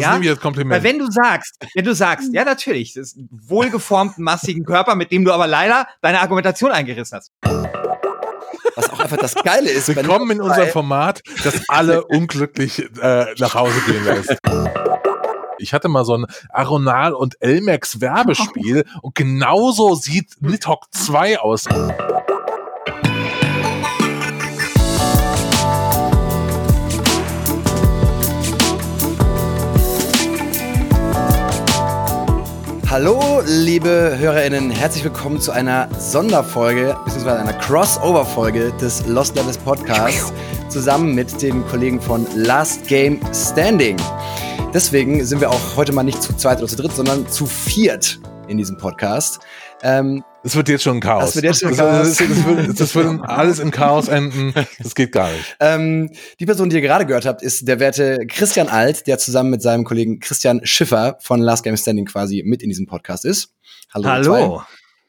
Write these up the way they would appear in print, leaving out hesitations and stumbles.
Das nehme ich als Kompliment. Weil wenn du sagst, ja natürlich, das ist ein wohlgeformten, massigen Körper, mit dem du aber leider deine Argumentation eingerissen hast. Was auch einfach das Geile ist. Willkommen in unserem Format, das alle unglücklich nach Hause gehen lässt. Ich hatte mal so ein Aronal und Elmex Werbespiel und genauso sieht Nidhogg 2 aus. Hallo, liebe HörerInnen, herzlich willkommen zu einer Sonderfolge, beziehungsweise einer Crossover-Folge des Lost Levels Podcasts, zusammen mit dem Kollegen von Last Game Standing. Deswegen sind wir auch heute mal nicht zu zweit oder zu dritt, sondern zu viert in diesem Podcast. Es wird jetzt schon ein Chaos. Das wird alles in Chaos enden. Das geht gar nicht. Die Person, die ihr gerade gehört habt, ist der werte Christian Alt, der zusammen mit seinem Kollegen Christian Schiffer von Last Game Standing quasi mit in diesem Podcast ist. Hallo.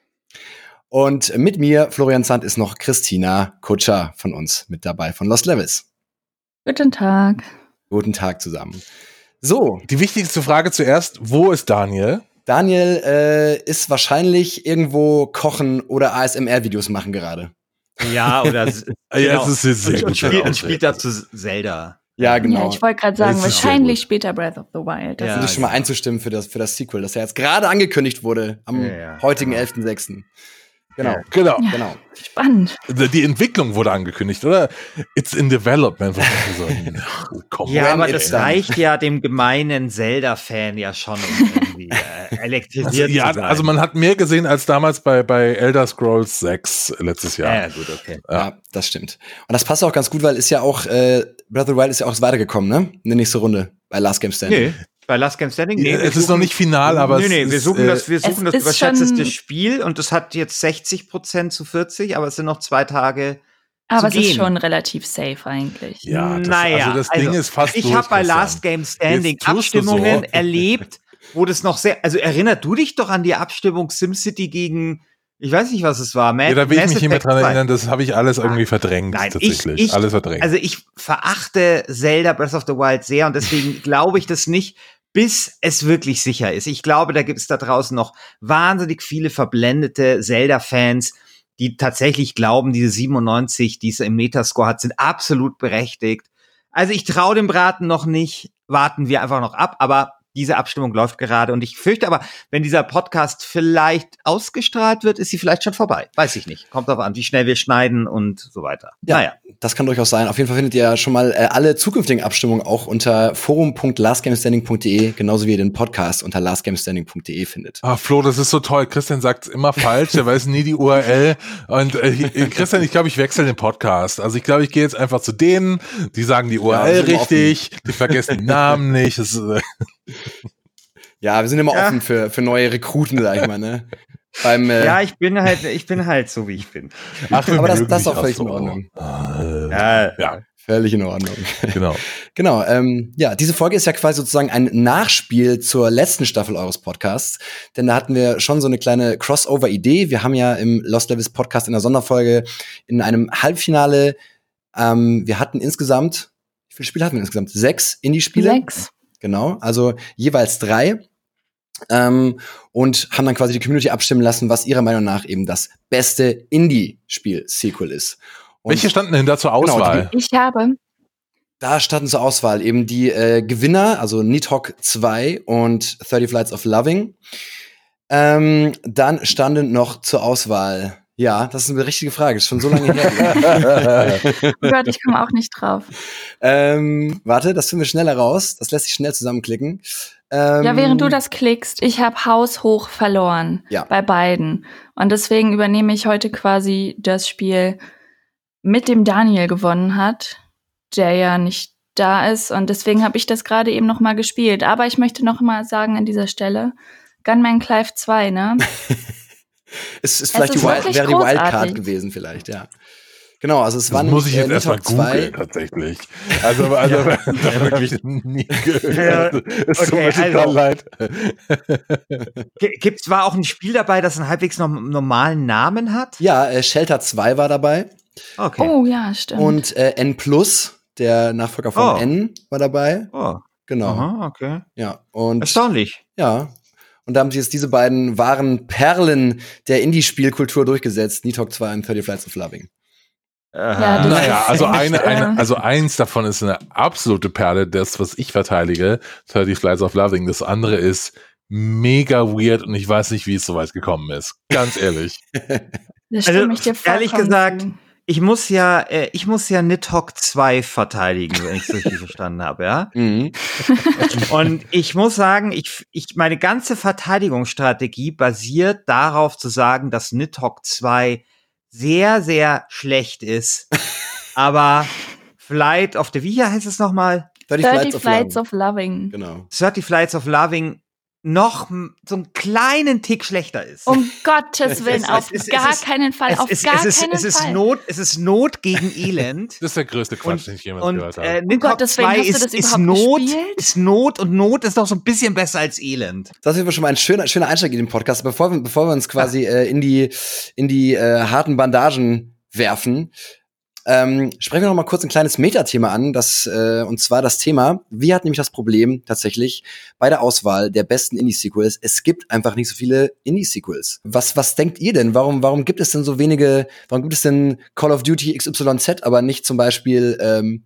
Und mit mir, Florian Zandt, ist noch Christina Kutscher von uns mit dabei, von Lost Levels. Guten Tag. Guten Tag zusammen. So. Die wichtigste Frage zuerst, wo ist Daniel? Daniel ist wahrscheinlich irgendwo kochen oder ASMR-Videos machen gerade. Ja, oder Ja, es ist sehr gut. und spielt dazu Zelda. Ja, genau. Ja, ich wollte gerade sagen, wahrscheinlich später Breath of the Wild. Das ist schon mal einzustimmen für das Sequel, das ja jetzt gerade angekündigt wurde am heutigen 11.06. Genau. Ja, spannend. Die Entwicklung wurde angekündigt, oder? It's in development. Aber das reicht ja dem gemeinen Zelda-Fan ja schon, um irgendwie elektrisiert zu sein. Also man hat mehr gesehen als damals bei Elder Scrolls 6 letztes Jahr. Ja, gut, okay. Ja, das stimmt. Und das passt auch ganz gut, weil ist ja auch Breath of the Wild ist ja auch weitergekommen, ne? In der nächsten Runde bei Last Game Standing. Nee. Bei Last Game Standing? Nee, es ist noch nicht final, aber wir suchen das überschätzte Spiel und das hat jetzt 60% zu 40, aber es sind noch 2 Tage aber zu es gehen. ist schon relativ safe eigentlich. Ja, das Ding ist fast ich habe bei Last Game Standing Abstimmungen erlebt, wo das noch also erinnerst du dich doch an die Abstimmung SimCity gegen, ich weiß nicht, was es war. Da will ich mich nicht mehr dran erinnern, das habe ich alles irgendwie verdrängt. Nein, tatsächlich. Alles verdrängt. Also ich verachte Zelda Breath of the Wild sehr und deswegen glaube ich das nicht, bis es wirklich sicher ist. Ich glaube, da gibt es da draußen noch wahnsinnig viele verblendete Zelda-Fans, die tatsächlich glauben, diese 97, die es im Metascore hat, sind absolut berechtigt. Also ich traue dem Braten noch nicht, warten wir einfach noch ab, aber diese Abstimmung läuft gerade und ich fürchte aber, wenn dieser Podcast vielleicht ausgestrahlt wird, ist sie vielleicht schon vorbei. Weiß ich nicht. Kommt drauf an, wie schnell wir schneiden und so weiter. Ja, das kann durchaus sein. Auf jeden Fall findet ihr schon mal alle zukünftigen Abstimmungen auch unter forum.lastgamestanding.de, genauso wie ihr den Podcast unter lastgamestanding.de findet. Ah, Flo, das ist so toll. Christian sagt immer falsch, der weiß nie die URL. Und Christian, ich glaube, ich wechsle den Podcast. Also ich glaube, ich gehe jetzt einfach zu denen, die sagen die URL richtig, die vergessen die Namen nicht. Das ist, ja, wir sind immer offen für neue Rekruten, sag ich mal, ne? Ich bin halt so, wie ich bin. Ach, aber das ist auch völlig in Ordnung. Völlig in Ordnung. Genau. Diese Folge ist ja quasi sozusagen ein Nachspiel zur letzten Staffel eures Podcasts, denn da hatten wir schon so eine kleine Crossover-Idee. Wir haben ja im Lost Levels Podcast in der Sonderfolge in einem Halbfinale, wir hatten insgesamt, wie viele Spiele hatten wir insgesamt? 6 Indie-Spiele? 6. Genau, also jeweils 3. Und haben dann quasi die Community abstimmen lassen, was ihrer Meinung nach eben das beste Indie-Spiel-Sequel ist. Und welche standen denn da zur Auswahl? Da standen zur Auswahl eben die Gewinner, also Nidhogg 2 und 30 Flights of Loving. Dann standen noch zur Auswahl, ja, das ist eine richtige Frage, ist schon so lange her. Oh Gott, ich komme auch nicht drauf. Warte, das finden wir schneller raus. Das lässt sich schnell zusammenklicken. Während du das klickst, ich habe haushoch verloren bei beiden. Und deswegen übernehme ich heute quasi das Spiel, mit dem Daniel gewonnen hat, der ja nicht da ist. Und deswegen habe ich das gerade eben noch mal gespielt. Aber ich möchte noch mal sagen an dieser Stelle, Gunman Clive 2, ne? Es ist vielleicht wäre die Wildcard gewesen vielleicht, ja. Genau, also es war muss ich jetzt erstmal googeln, tatsächlich. Also wirklich nie gehört. Es tut mir total leid. War auch ein Spiel dabei, das einen halbwegs normalen Namen hat? Ja, Shelter 2 war dabei. Okay. Oh ja, stimmt. Und N+, der Nachfolger von N, war dabei. Oh. Genau. Aha, okay. Ja, und erstaunlich. Ja. Und da haben sich jetzt diese beiden wahren Perlen der Indie-Spielkultur durchgesetzt. Nidhogg 2 und 30 Flights of Loving. Ja, naja, also echt, also eins davon ist eine absolute Perle, das, was ich verteidige, 30 Flights of Loving. Das andere ist mega weird und ich weiß nicht, wie es so weit gekommen ist. Ganz ehrlich. Das stimme ich dir vollkommen ehrlich gesagt, zu. ich muss ja Nidhogg 2 verteidigen, wenn ich es richtig verstanden habe, ja. Mhm. Und ich muss sagen, meine ganze Verteidigungsstrategie basiert darauf zu sagen, dass Nidhogg 2 sehr, sehr schlecht ist. Aber Flight of the, wie heißt es nochmal? 30 Flights of Loving. Genau. 30 Flights of Loving noch so einen kleinen Tick schlechter ist. Um Gottes Willen, auf gar keinen Fall, auf gar keinen Fall. Es ist Not gegen Elend. Das ist der größte Quatsch, den ich jemals gehört habe. Nidhogg 2 ist Not und Not ist doch so ein bisschen besser als Elend. Das ist schon mal ein schöner Einstieg in den Podcast. Bevor wir uns quasi in die harten Bandagen werfen, sprechen wir noch mal kurz ein kleines Metathema an, und zwar das Thema, wir hatten nämlich das Problem tatsächlich bei der Auswahl der besten Indie-Sequels, es gibt einfach nicht so viele Indie-Sequels. Was denkt ihr denn? Warum gibt es denn so wenige, warum gibt es denn Call of Duty XYZ, aber nicht zum Beispiel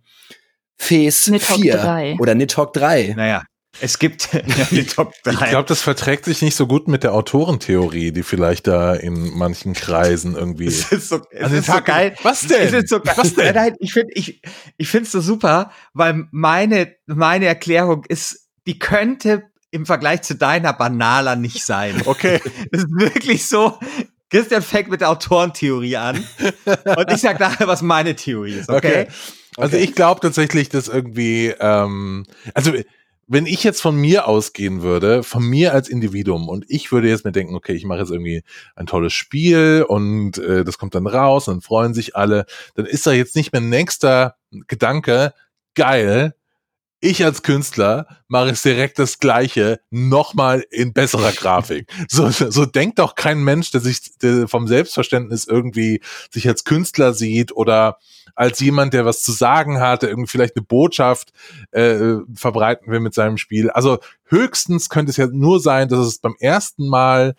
Fes 4 oder Nidhogg 3? Naja. Es gibt die Top 3. Ich glaube, das verträgt sich nicht so gut mit der Autorentheorie, die vielleicht da in manchen Kreisen irgendwie. Es ist so geil. Was denn? Es ist so geil. Was denn? Nein, ich finde es so super, weil meine Erklärung ist, die könnte im Vergleich zu deiner banaler nicht sein. Okay. Es ist wirklich so. Christian fängt mit der Autorentheorie an und ich sag nachher, was meine Theorie ist. Okay. Also ich glaube tatsächlich, dass irgendwie, wenn ich jetzt von mir ausgehen würde, von mir als Individuum, und ich würde jetzt mir denken, okay, ich mache jetzt irgendwie ein tolles Spiel und das kommt dann raus und dann freuen sich alle, dann ist da jetzt nicht mehr nächster Gedanke, geil, ich als Künstler mache es direkt das Gleiche, nochmal in besserer Grafik. So denkt doch kein Mensch, der vom Selbstverständnis irgendwie sich als Künstler sieht oder als jemand, der was zu sagen hat, der irgendwie vielleicht eine Botschaft verbreiten will mit seinem Spiel. Also höchstens könnte es ja nur sein, dass es beim ersten Mal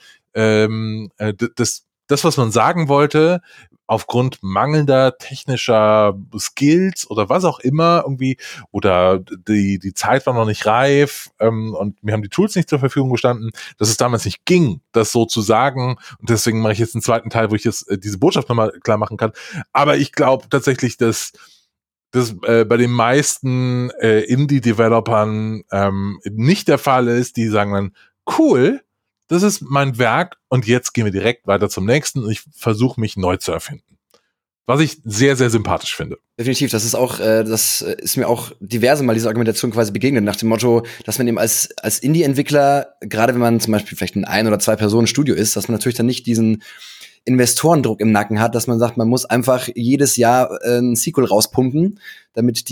das, was man sagen wollte, aufgrund mangelnder technischer Skills oder was auch immer irgendwie, oder die Zeit war noch nicht reif und mir haben die Tools nicht zur Verfügung gestanden, dass es damals nicht ging, das so zu sagen, und deswegen mache ich jetzt einen zweiten Teil, wo ich jetzt diese Botschaft nochmal klar machen kann. Aber ich glaube tatsächlich, dass das bei den meisten Indie-Developern nicht der Fall ist, die sagen dann, cool, das ist mein Werk und jetzt gehen wir direkt weiter zum nächsten und ich versuche mich neu zu erfinden. Was ich sehr, sehr sympathisch finde. Definitiv, das ist mir auch diverse Mal diese Argumentation quasi begegnet, nach dem Motto, dass man eben als Indie-Entwickler, gerade wenn man zum Beispiel vielleicht ein oder zwei Personen Studio ist, dass man natürlich dann nicht diesen Investorendruck im Nacken hat, dass man sagt, man muss einfach jedes Jahr ein Sequel rauspumpen, damit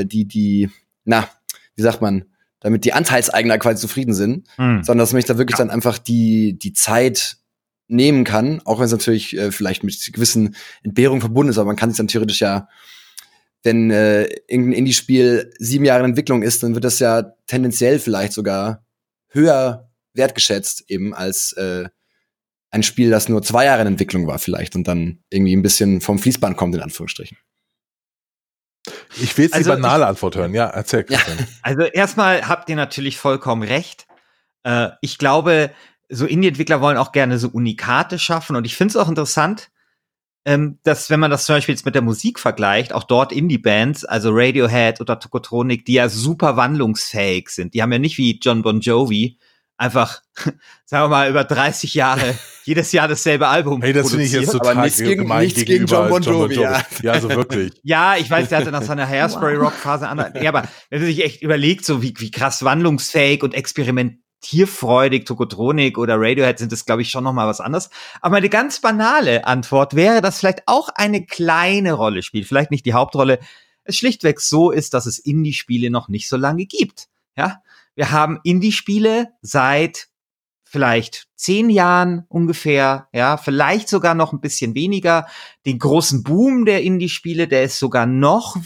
damit die Anteilseigner quasi zufrieden sind, sondern dass man sich da wirklich dann einfach die Zeit nehmen kann, auch wenn es natürlich vielleicht mit gewissen Entbehrungen verbunden ist, aber man kann sich dann theoretisch ja, wenn irgendein Indie-Spiel 7 Jahre in Entwicklung ist, dann wird das ja tendenziell vielleicht sogar höher wertgeschätzt eben als ein Spiel, das nur 2 Jahre in Entwicklung war vielleicht und dann irgendwie ein bisschen vom Fließband kommt, in Anführungsstrichen. Ich will jetzt die banale Antwort hören. Ja, erzähl. Ja. Also erstmal habt ihr natürlich vollkommen recht. Ich glaube, so Indie-Entwickler wollen auch gerne so Unikate schaffen. Und ich finde es auch interessant, dass, wenn man das zum Beispiel jetzt mit der Musik vergleicht, auch dort Indie-Bands, also Radiohead oder Tokotronic, die ja super wandlungsfähig sind. Die haben ja nicht wie John Bon Jovi einfach, sagen wir mal, über 30 Jahre jedes Jahr dasselbe Album produziert. Hey, das finde ich jetzt total nichts gegen John Bon Jovi. Ja, also wirklich. Ja, ich weiß, der hatte nach seiner Hairspray-Rock-Phase ja, aber wenn man sich echt überlegt, so wie krass wandlungsfähig und experimentierfreudig Tokotronic oder Radiohead sind, das, glaube ich, schon noch mal was anderes. Aber eine ganz banale Antwort wäre, dass vielleicht auch eine kleine Rolle spielt, vielleicht nicht die Hauptrolle, es schlichtweg so ist, dass es Indie-Spiele noch nicht so lange gibt. Ja, wir haben Indie-Spiele seit vielleicht 10 Jahren ungefähr, ja, vielleicht sogar noch ein bisschen weniger. Den großen Boom der Indie-Spiele, der ist sogar noch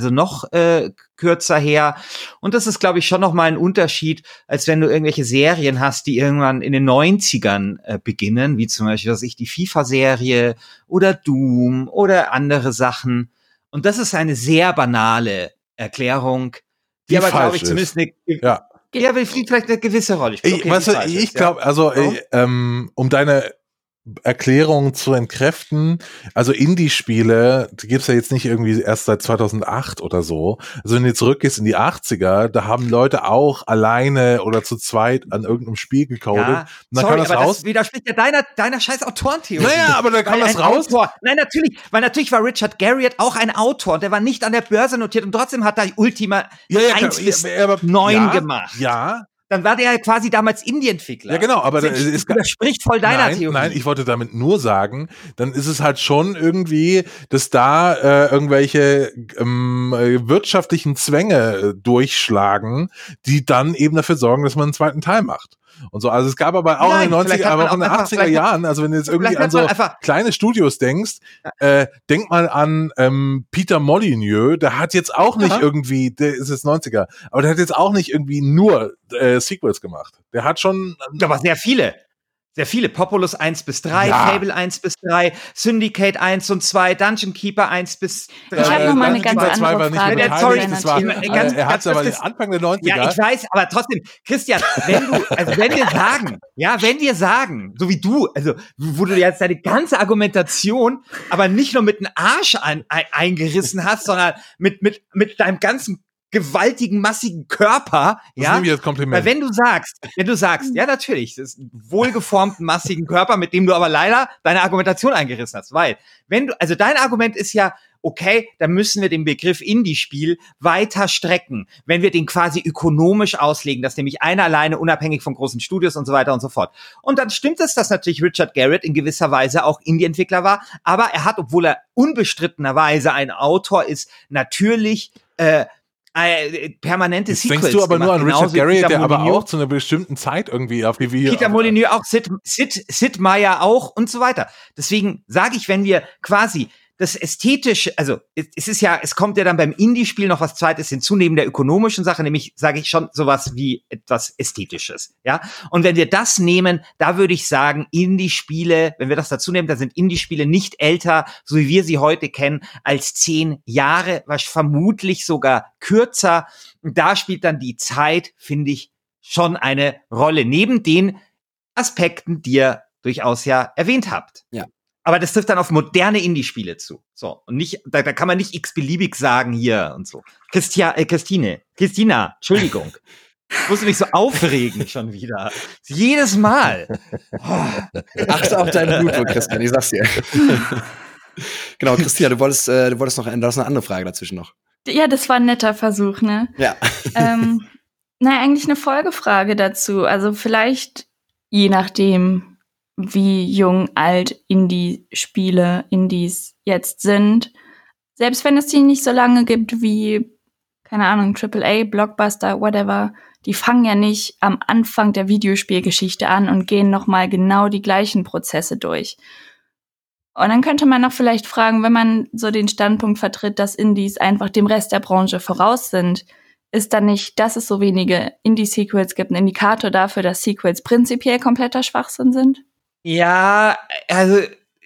kürzer her. Und das ist, glaube ich, schon noch mal ein Unterschied, als wenn du irgendwelche Serien hast, die irgendwann in den 90ern beginnen, wie zum Beispiel, die FIFA-Serie oder Doom oder andere Sachen. Und das ist eine sehr banale Erklärung, die aber, glaube ich, zumindest will vielleicht eine gewisse Rolle spielen. Okay, ich glaube, um deine Erklärung zu entkräften, also Indie-Spiele, die gibt's ja jetzt nicht irgendwie erst seit 2008 oder so. Also wenn du zurückgehst in die 80er, da haben Leute auch alleine oder zu zweit an irgendeinem Spiel gecodet. Ja, das widerspricht ja deiner scheiß Autorentheorie. Naja, aber da kam das raus. Nein, natürlich war Richard Garriott auch ein Autor und der war nicht an der Börse notiert und trotzdem hat er Ultima 1 bis 9 gemacht. Ja. Dann war der ja quasi damals Indie-Entwickler. Ja, genau, aber das widerspricht voll deiner Theorie. Nein, ich wollte damit nur sagen, dann ist es halt schon irgendwie, dass da irgendwelche wirtschaftlichen Zwänge durchschlagen, die dann eben dafür sorgen, dass man einen zweiten Teil macht. Und so, also es gab aber auch in den 90er, aber auch in den 80er Jahren, also wenn du jetzt irgendwie an so kleine Studios denkst, denk mal an Peter Molyneux, der hat jetzt auch nicht irgendwie, der ist jetzt 90er, aber der hat jetzt auch nicht irgendwie nur Sequels gemacht. Der hat schon... Aber sehr viele. Sehr viele. Populous 1 bis 3, Fable 1 bis 3, Syndicate 1 und 2, Dungeon Keeper 1 bis 3. Ich habe noch mal eine ganz andere Frage. Er hat es aber Anfang der 90er. Ja, ich weiß, aber trotzdem, Christian, wenn wir sagen, so wie du, also wo du jetzt deine ganze Argumentation, aber nicht nur mit dem Arsch eingerissen hast, sondern mit deinem ganzen gewaltigen, massigen Körper, das nehme ich als Kompliment. Weil wenn du sagst, ja natürlich, das ist ein wohlgeformten, massigen Körper, mit dem du aber leider deine Argumentation eingerissen hast, weil, also dein Argument ist ja, okay, dann müssen wir den Begriff Indie-Spiel weiter strecken, wenn wir den quasi ökonomisch auslegen, dass nämlich einer alleine unabhängig von großen Studios und so weiter und so fort. Und dann stimmt es, dass natürlich Richard Garriott in gewisser Weise auch Indie-Entwickler war, aber er hat, obwohl er unbestrittenerweise ein Autor ist, natürlich permanente Sequels. Denkst du aber nur an Richard Garriott, der aber auch zu einer bestimmten Zeit irgendwie auf die Peter Molyneux auch, Sid Meier auch und so weiter. Deswegen sage ich, wenn wir quasi das Ästhetische, also es kommt ja dann beim Indie-Spiel noch was Zweites hinzu, neben der ökonomischen Sache, nämlich sage ich schon sowas wie etwas Ästhetisches, ja. Und wenn wir das nehmen, da würde ich sagen, Indie-Spiele, wenn wir das dazu nehmen, da sind Indie-Spiele nicht älter, so wie wir sie heute kennen, als 10 Jahre, was vermutlich sogar kürzer. Und da spielt dann die Zeit, finde ich, schon eine Rolle, neben den Aspekten, die ihr durchaus ja erwähnt habt. Ja. Aber das trifft dann auf moderne Indie-Spiele zu. So. Und nicht, da kann man nicht x-beliebig sagen hier und so. Christina, Entschuldigung. Ich musste mich so aufregen schon wieder. Jedes Mal. Achte auf deinen Blutdruck, Christian, ich sag's dir. Genau, Christina, du hast noch eine andere Frage dazwischen noch. Ja, das war ein netter Versuch, ne? Ja. Eigentlich eine Folgefrage dazu. Also vielleicht, je nachdem, wie jung, alt Indies jetzt sind. Selbst wenn es die nicht so lange gibt wie, keine Ahnung, AAA, Blockbuster, whatever, die fangen ja nicht am Anfang der Videospielgeschichte an und gehen nochmal genau die gleichen Prozesse durch. Und dann könnte man noch vielleicht fragen, wenn man so den Standpunkt vertritt, dass Indies einfach dem Rest der Branche voraus sind, ist dann nicht, dass es so wenige Indie-Sequels gibt, ein Indikator dafür, dass Sequels prinzipiell kompletter Schwachsinn sind? Ja, also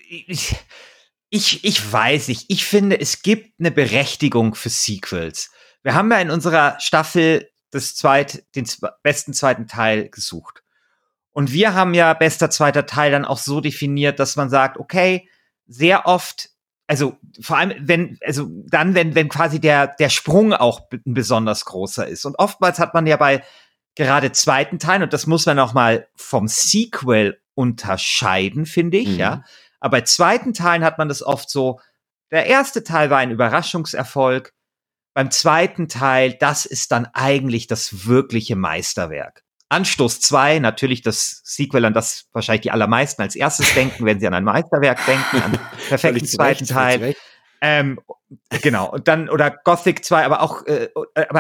ich weiß nicht. Ich finde, es gibt eine Berechtigung für Sequels. Wir haben ja in unserer Staffel den besten zweiten Teil gesucht. Und wir haben ja bester zweiter Teil dann auch so definiert, dass man sagt, okay, sehr oft, also vor allem, wenn quasi der Sprung auch ein besonders großer ist. Und oftmals hat man ja bei gerade zweiten Teilen, und das muss man auch mal vom Sequel unterscheiden, finde ich, ja. Aber bei zweiten Teilen hat man das oft so, der erste Teil war ein Überraschungserfolg, beim zweiten Teil, das ist dann eigentlich das wirkliche Meisterwerk. Anstoß 2, natürlich das Sequel, an das wahrscheinlich die allermeisten als erstes denken, wenn sie an ein Meisterwerk denken, an perfekten zweiten Teil. Genau, und dann, oder Gothic 2, aber auch, aber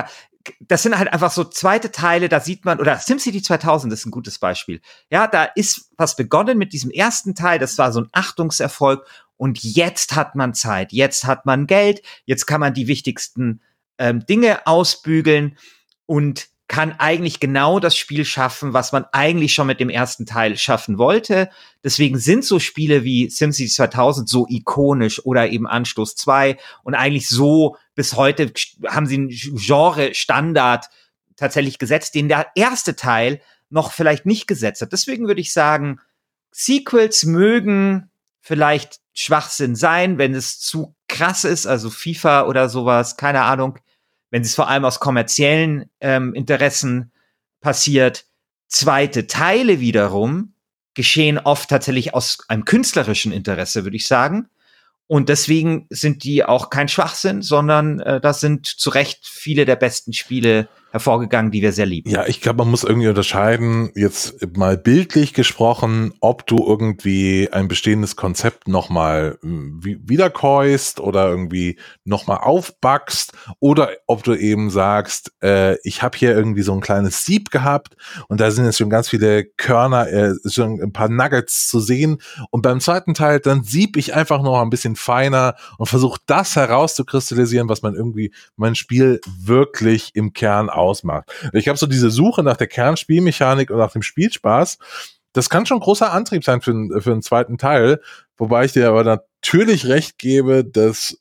das sind halt einfach so zweite Teile, da sieht man, oder SimCity 2000 ist ein gutes Beispiel. Ja, da ist was begonnen mit diesem ersten Teil, das war so ein Achtungserfolg und jetzt hat man Zeit, jetzt hat man Geld, jetzt kann man die wichtigsten Dinge ausbügeln und kann eigentlich genau das Spiel schaffen, was man eigentlich schon mit dem ersten Teil schaffen wollte. Deswegen sind so Spiele wie SimCity 2000 so ikonisch oder eben Anstoß 2 und eigentlich so bis heute haben sie einen Genre-Standard tatsächlich gesetzt, den der erste Teil noch vielleicht nicht gesetzt hat. Deswegen würde ich sagen, Sequels mögen vielleicht Schwachsinn sein, wenn es zu krass ist, also FIFA oder sowas, keine Ahnung, wenn es vor allem aus kommerziellen Interessen passiert. Zweite Teile wiederum geschehen oft tatsächlich aus einem künstlerischen Interesse, würde ich sagen. Und deswegen sind die auch kein Schwachsinn, sondern das sind zu Recht viele der besten Spiele hervorgegangen, die wir sehr lieben. Ja, ich glaube, man muss irgendwie unterscheiden, jetzt mal bildlich gesprochen, ob du irgendwie ein bestehendes Konzept nochmal wiederkäust oder irgendwie nochmal aufbackst oder ob du eben sagst, ich habe hier irgendwie so ein kleines Sieb gehabt und da sind jetzt schon ganz viele Körner, schon ein paar Nuggets zu sehen und beim zweiten Teil dann sieb ich einfach noch ein bisschen feiner und versuche das herauszukristallisieren, was man irgendwie mein Spiel wirklich im Kern ausmacht. Ich glaube, so diese Suche nach der Kernspielmechanik und nach dem Spielspaß, das kann schon großer Antrieb sein für einen zweiten Teil, wobei ich dir aber natürlich recht gebe, dass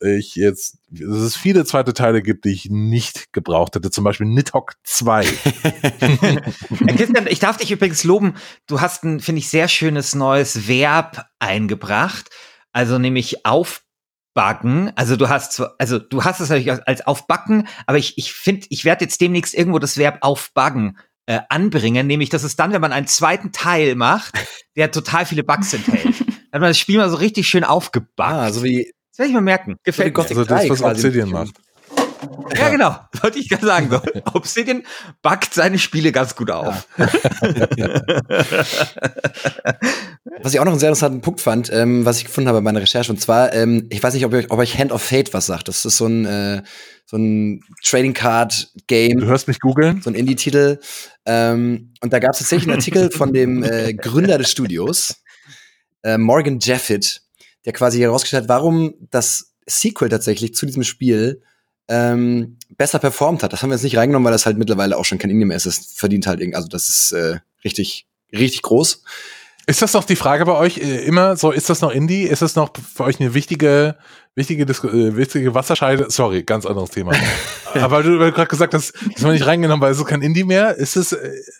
es viele zweite Teile gibt, die ich nicht gebraucht hätte, zum Beispiel Nidhogg 2. Christian, ich darf dich übrigens loben, du hast ein, finde ich, sehr schönes neues Verb eingebracht, also nämlich aufbacken. Also du hast es natürlich als aufbacken, aber ich finde, ich werde jetzt demnächst irgendwo das Verb aufbacken anbringen, nämlich das ist dann, wenn man einen zweiten Teil macht, der total viele Bugs enthält. Dann hat man das Spiel mal so richtig schön aufgebackt. Ah, so wie das werde ich mal merken. Gefällt mir. Also das, was Obsidian macht. Ja, genau. Wollte ich gerade sagen. So. Obsidian backt seine Spiele ganz gut auf. Ja. Was ich auch noch einen sehr interessanten Punkt fand, was ich gefunden habe bei meiner Recherche, und zwar, ich weiß nicht, ob euch Hand of Fate was sagt. Das ist so ein Trading Card Game. Du hörst mich googeln? So ein Indie-Titel. Und da gab es tatsächlich einen Artikel von dem Gründer des Studios, Morgan Jeffit, der quasi herausgestellt hat, warum das Sequel tatsächlich zu diesem Spiel besser performt hat. Das haben wir jetzt nicht reingenommen, weil das halt mittlerweile auch schon kein Indie mehr ist. Das verdient halt also das ist richtig, richtig groß. Ist das noch die Frage bei euch immer so, ist das noch Indie? Ist das noch für euch eine wichtige Wasserscheide? Sorry, ganz anderes Thema. Aber weil du gerade gesagt hast, das haben wir nicht reingenommen, weil es ist kein Indie mehr. Ist es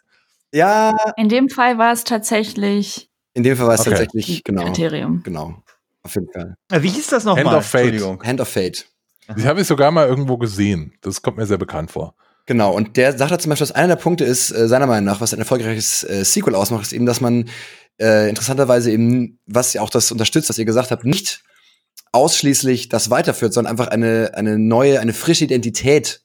ja. In dem Fall war es tatsächlich. Tatsächlich, genau. Kriterium. Genau. Auf jeden Fall. Wie hieß das nochmal? Hand of Fate. Hand of Fate. Die habe ich sogar mal irgendwo gesehen. Das kommt mir sehr bekannt vor. Genau, und der sagt da zum Beispiel, dass einer der Punkte ist, seiner Meinung nach, was ein erfolgreiches Sequel ausmacht, ist eben, dass man interessanterweise eben, was ja auch das unterstützt, was ihr gesagt habt, nicht ausschließlich das weiterführt, sondern einfach eine neue, eine frische Identität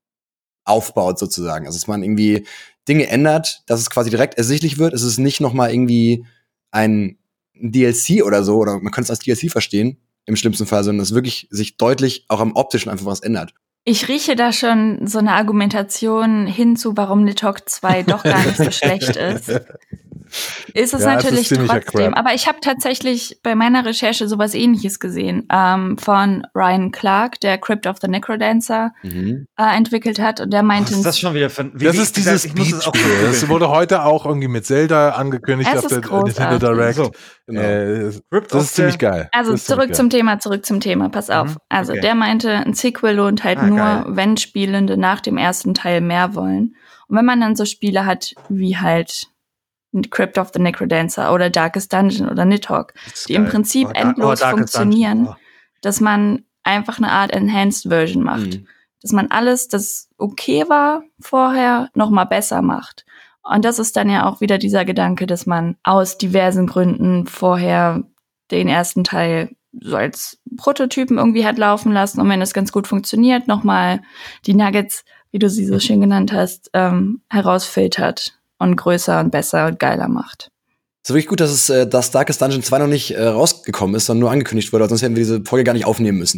aufbaut sozusagen. Also dass man irgendwie Dinge ändert, dass es quasi direkt ersichtlich wird. Es ist nicht nochmal irgendwie ein DLC oder so, oder man könnte es als DLC verstehen, im schlimmsten Fall, sondern es wirklich sich deutlich auch am Optischen einfach was ändert. Ich rieche da schon so eine Argumentation hinzu, warum Nidhogg 2 doch gar nicht so schlecht ist. Ist es ja, natürlich trotzdem. Aber ich habe tatsächlich bei meiner Recherche sowas Ähnliches gesehen von Ryan Clark, der Crypt of the Necrodancer entwickelt hat. Und der meinte, was ist das schon wieder von? Das ist dieses Beat-Spiel. Das wurde heute auch irgendwie mit Zelda angekündigt auf der Nintendo Direct. So, genau. Das ist ziemlich geil. Also zurück zum Thema. Pass auf. Also der meinte, ein Sequel lohnt halt nur, geil, wenn Spielende nach dem ersten Teil mehr wollen. Und wenn man dann so Spiele hat wie halt Crypt of the Necrodancer oder Darkest Dungeon oder Nidhogg, die im Prinzip endlos funktionieren, dass man einfach eine Art Enhanced Version macht. Dass man alles, das okay war vorher, noch mal besser macht. Und das ist dann ja auch wieder dieser Gedanke, dass man aus diversen Gründen vorher den ersten Teil so als Prototypen irgendwie hat laufen lassen und wenn das ganz gut funktioniert, noch mal die Nuggets, wie du sie so schön genannt hast, herausfiltert und größer und besser und geiler macht. Es ist wirklich gut, dass Darkest Dungeon 2 noch nicht rausgekommen ist, sondern nur angekündigt wurde, sonst hätten wir diese Folge gar nicht aufnehmen müssen.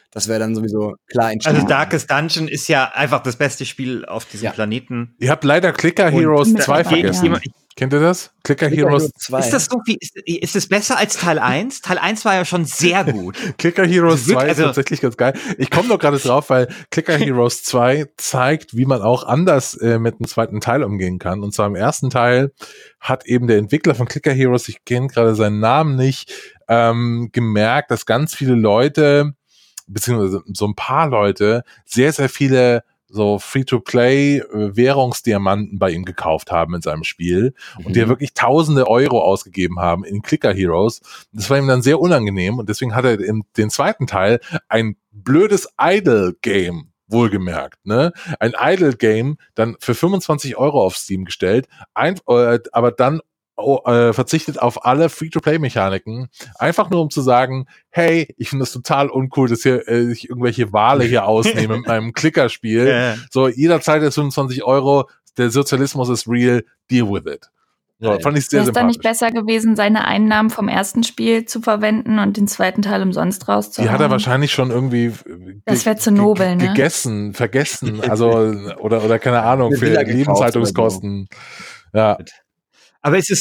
Das wäre dann sowieso klar entschieden. Also Darkest Dungeon ist ja einfach das beste Spiel auf diesem Planeten. Ihr habt leider Clicker Heroes 2 vergessen. Kennt ihr das? Clicker Heroes 2. Ist das so viel? Ist es besser als Teil 1? Teil 1 war ja schon sehr gut. Clicker Heroes 2 ist tatsächlich ganz geil. Ich komme noch gerade drauf, weil Clicker Heroes 2 zeigt, wie man auch anders mit dem zweiten Teil umgehen kann. Und zwar im ersten Teil hat eben der Entwickler von Clicker Heroes, ich kenne gerade seinen Namen nicht, gemerkt, dass ganz viele Leute, beziehungsweise so ein paar Leute, sehr, sehr viele so Free-to-Play Währungsdiamanten bei ihm gekauft haben in seinem Spiel und die wirklich tausende Euro ausgegeben haben in Clicker Heroes. Das war ihm dann sehr unangenehm und deswegen hat er in den zweiten Teil ein blödes Idle-Game, wohlgemerkt, ne? Ein Idle-Game dann für 25 Euro auf Steam gestellt, aber dann verzichtet auf alle Free-to-Play-Mechaniken, einfach nur um zu sagen, hey, ich finde das total uncool, dass hier ich irgendwelche Wale hier ausnehme mit meinem Klickerspiel. So, jederzeit ist 25 Euro, der Sozialismus ist real, deal with it. So, fand ich sehr sympathisch. Wäre es dann nicht besser gewesen, seine Einnahmen vom ersten Spiel zu verwenden und den zweiten Teil umsonst rauszuhauen? Die hat er wahrscheinlich schon irgendwie das wäre zu nobel, ne? vergessen, also oder keine Ahnung, für Lebenshaltungskosten. Ja. Aber ist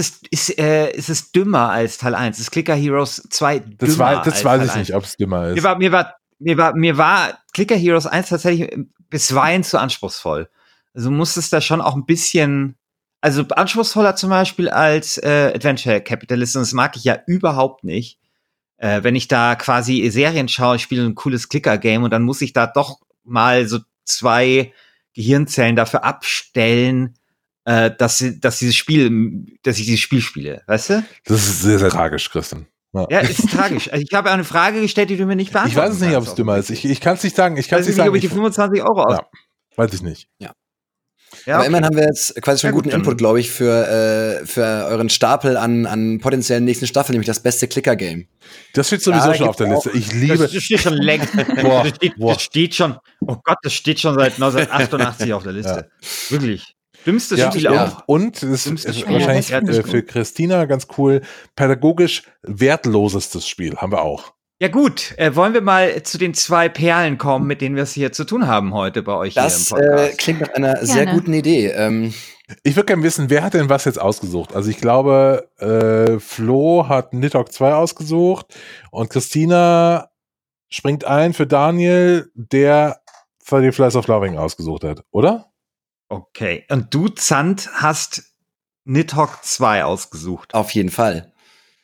es dümmer als Teil 1? Ist Clicker Heroes 2 dümmer das als weiß Teil ich nicht, ob es dümmer ist. Mir war Clicker Heroes 1 tatsächlich bisweilen zu anspruchsvoll. Also musstest da schon auch ein bisschen, also anspruchsvoller zum Beispiel als Adventure Capitalist, und das mag ich ja überhaupt nicht. Wenn ich da quasi Serien schaue, ich spiele ein cooles Clicker-Game und dann muss ich da doch mal so 2 Gehirnzellen dafür abstellen, dass ich dieses Spiel spiele, weißt du? Das ist sehr, sehr tragisch, Christian. Ja, ist tragisch. Also ich habe eine Frage gestellt, die du mir nicht beantworten kannst. Ich weiß es nicht, ob es dümmer ist. Ich kann es nicht sagen. Ich weiß nicht, ob ich die 25 Euro aus. Ja, weiß ich nicht. Ja. Aber immerhin haben wir jetzt quasi schon guten Input, glaube ich, für euren Stapel an potenziellen nächsten Staffeln, nämlich das beste Clicker-Game. Das steht sowieso schon auf der Liste. Ich liebe. Das steht schon längst. Das steht schon. Oh Gott, das steht schon seit 1988 auf der Liste. Ja. Wirklich. Dümmstes Spiel auch. Und das ist wahrscheinlich für Christina ganz cool. Pädagogisch wertlosestes Spiel haben wir auch. Ja gut, wollen wir mal zu den 2 Perlen kommen, mit denen wir es hier zu tun haben heute bei euch hier im Podcast. Das klingt nach einer sehr guten Idee. Ich würde gerne wissen, wer hat denn was jetzt ausgesucht? Also ich glaube, Flo hat Nidhogg 2 ausgesucht und Christina springt ein für Daniel, der 30 Flies of Loving ausgesucht hat, oder? Okay, und du, Zand, hast Nidhogg 2 ausgesucht. Auf jeden Fall.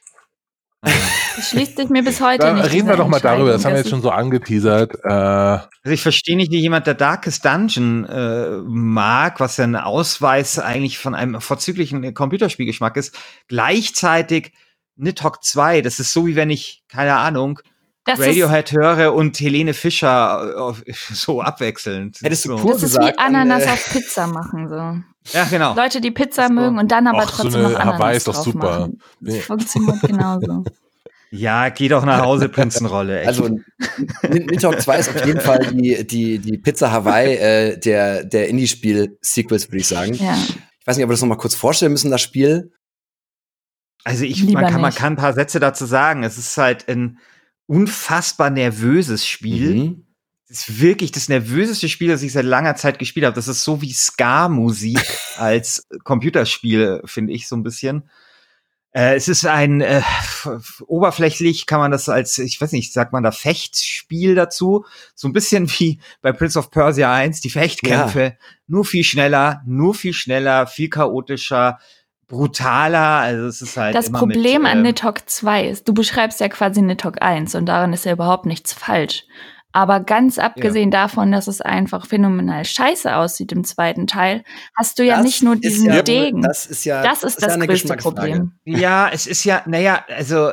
Das schließt sich mir bis heute nicht. Reden wir doch mal darüber, das haben wir jetzt schon so angeteasert. Also ich verstehe nicht, wie jemand der Darkest Dungeon mag, was ja ein Ausweis eigentlich von einem vorzüglichen Computerspielgeschmack ist. Gleichzeitig Nidhogg 2, das ist so, wie wenn ich, keine Ahnung, Radiohead höre und Helene Fischer so abwechselnd. Hättest du das ist wie Ananas auf Pizza machen, so. Ja, genau. Leute, die Pizza mögen und dann aber trotzdem so noch Ananas Hawaii ist doch drauf super. Machen. Das funktioniert genauso. Ja, geh doch nach Hause, Prinzenrolle. Echt. Also Nidhogg 2 ist auf jeden Fall die Pizza Hawaii der Indie-Spiel-Sequels, würde ich sagen. Ja. Ich weiß nicht, ob wir das noch mal kurz vorstellen müssen, das Spiel. Also man kann ein paar Sätze dazu sagen. Es ist halt ein unfassbar nervöses Spiel. Das ist wirklich das nervöseste Spiel, das ich seit langer Zeit gespielt habe. Das ist so wie Ska-Musik als Computerspiel, finde ich so ein bisschen. Es ist ein oberflächlich kann man das als, ich weiß nicht, sagt man da Fechtspiel dazu? So ein bisschen wie bei Prince of Persia 1, die Fechtkämpfe. Nur viel schneller, viel chaotischer, brutaler, also es ist halt das immer Problem an Nidhogg 2 ist, du beschreibst ja quasi Nidhogg 1 und daran ist ja überhaupt nichts falsch. Aber ganz abgesehen davon, dass es einfach phänomenal scheiße aussieht im zweiten Teil, hast du ja nicht nur diesen Degen. Das ist das größte Problem. Ja, es ist ja, also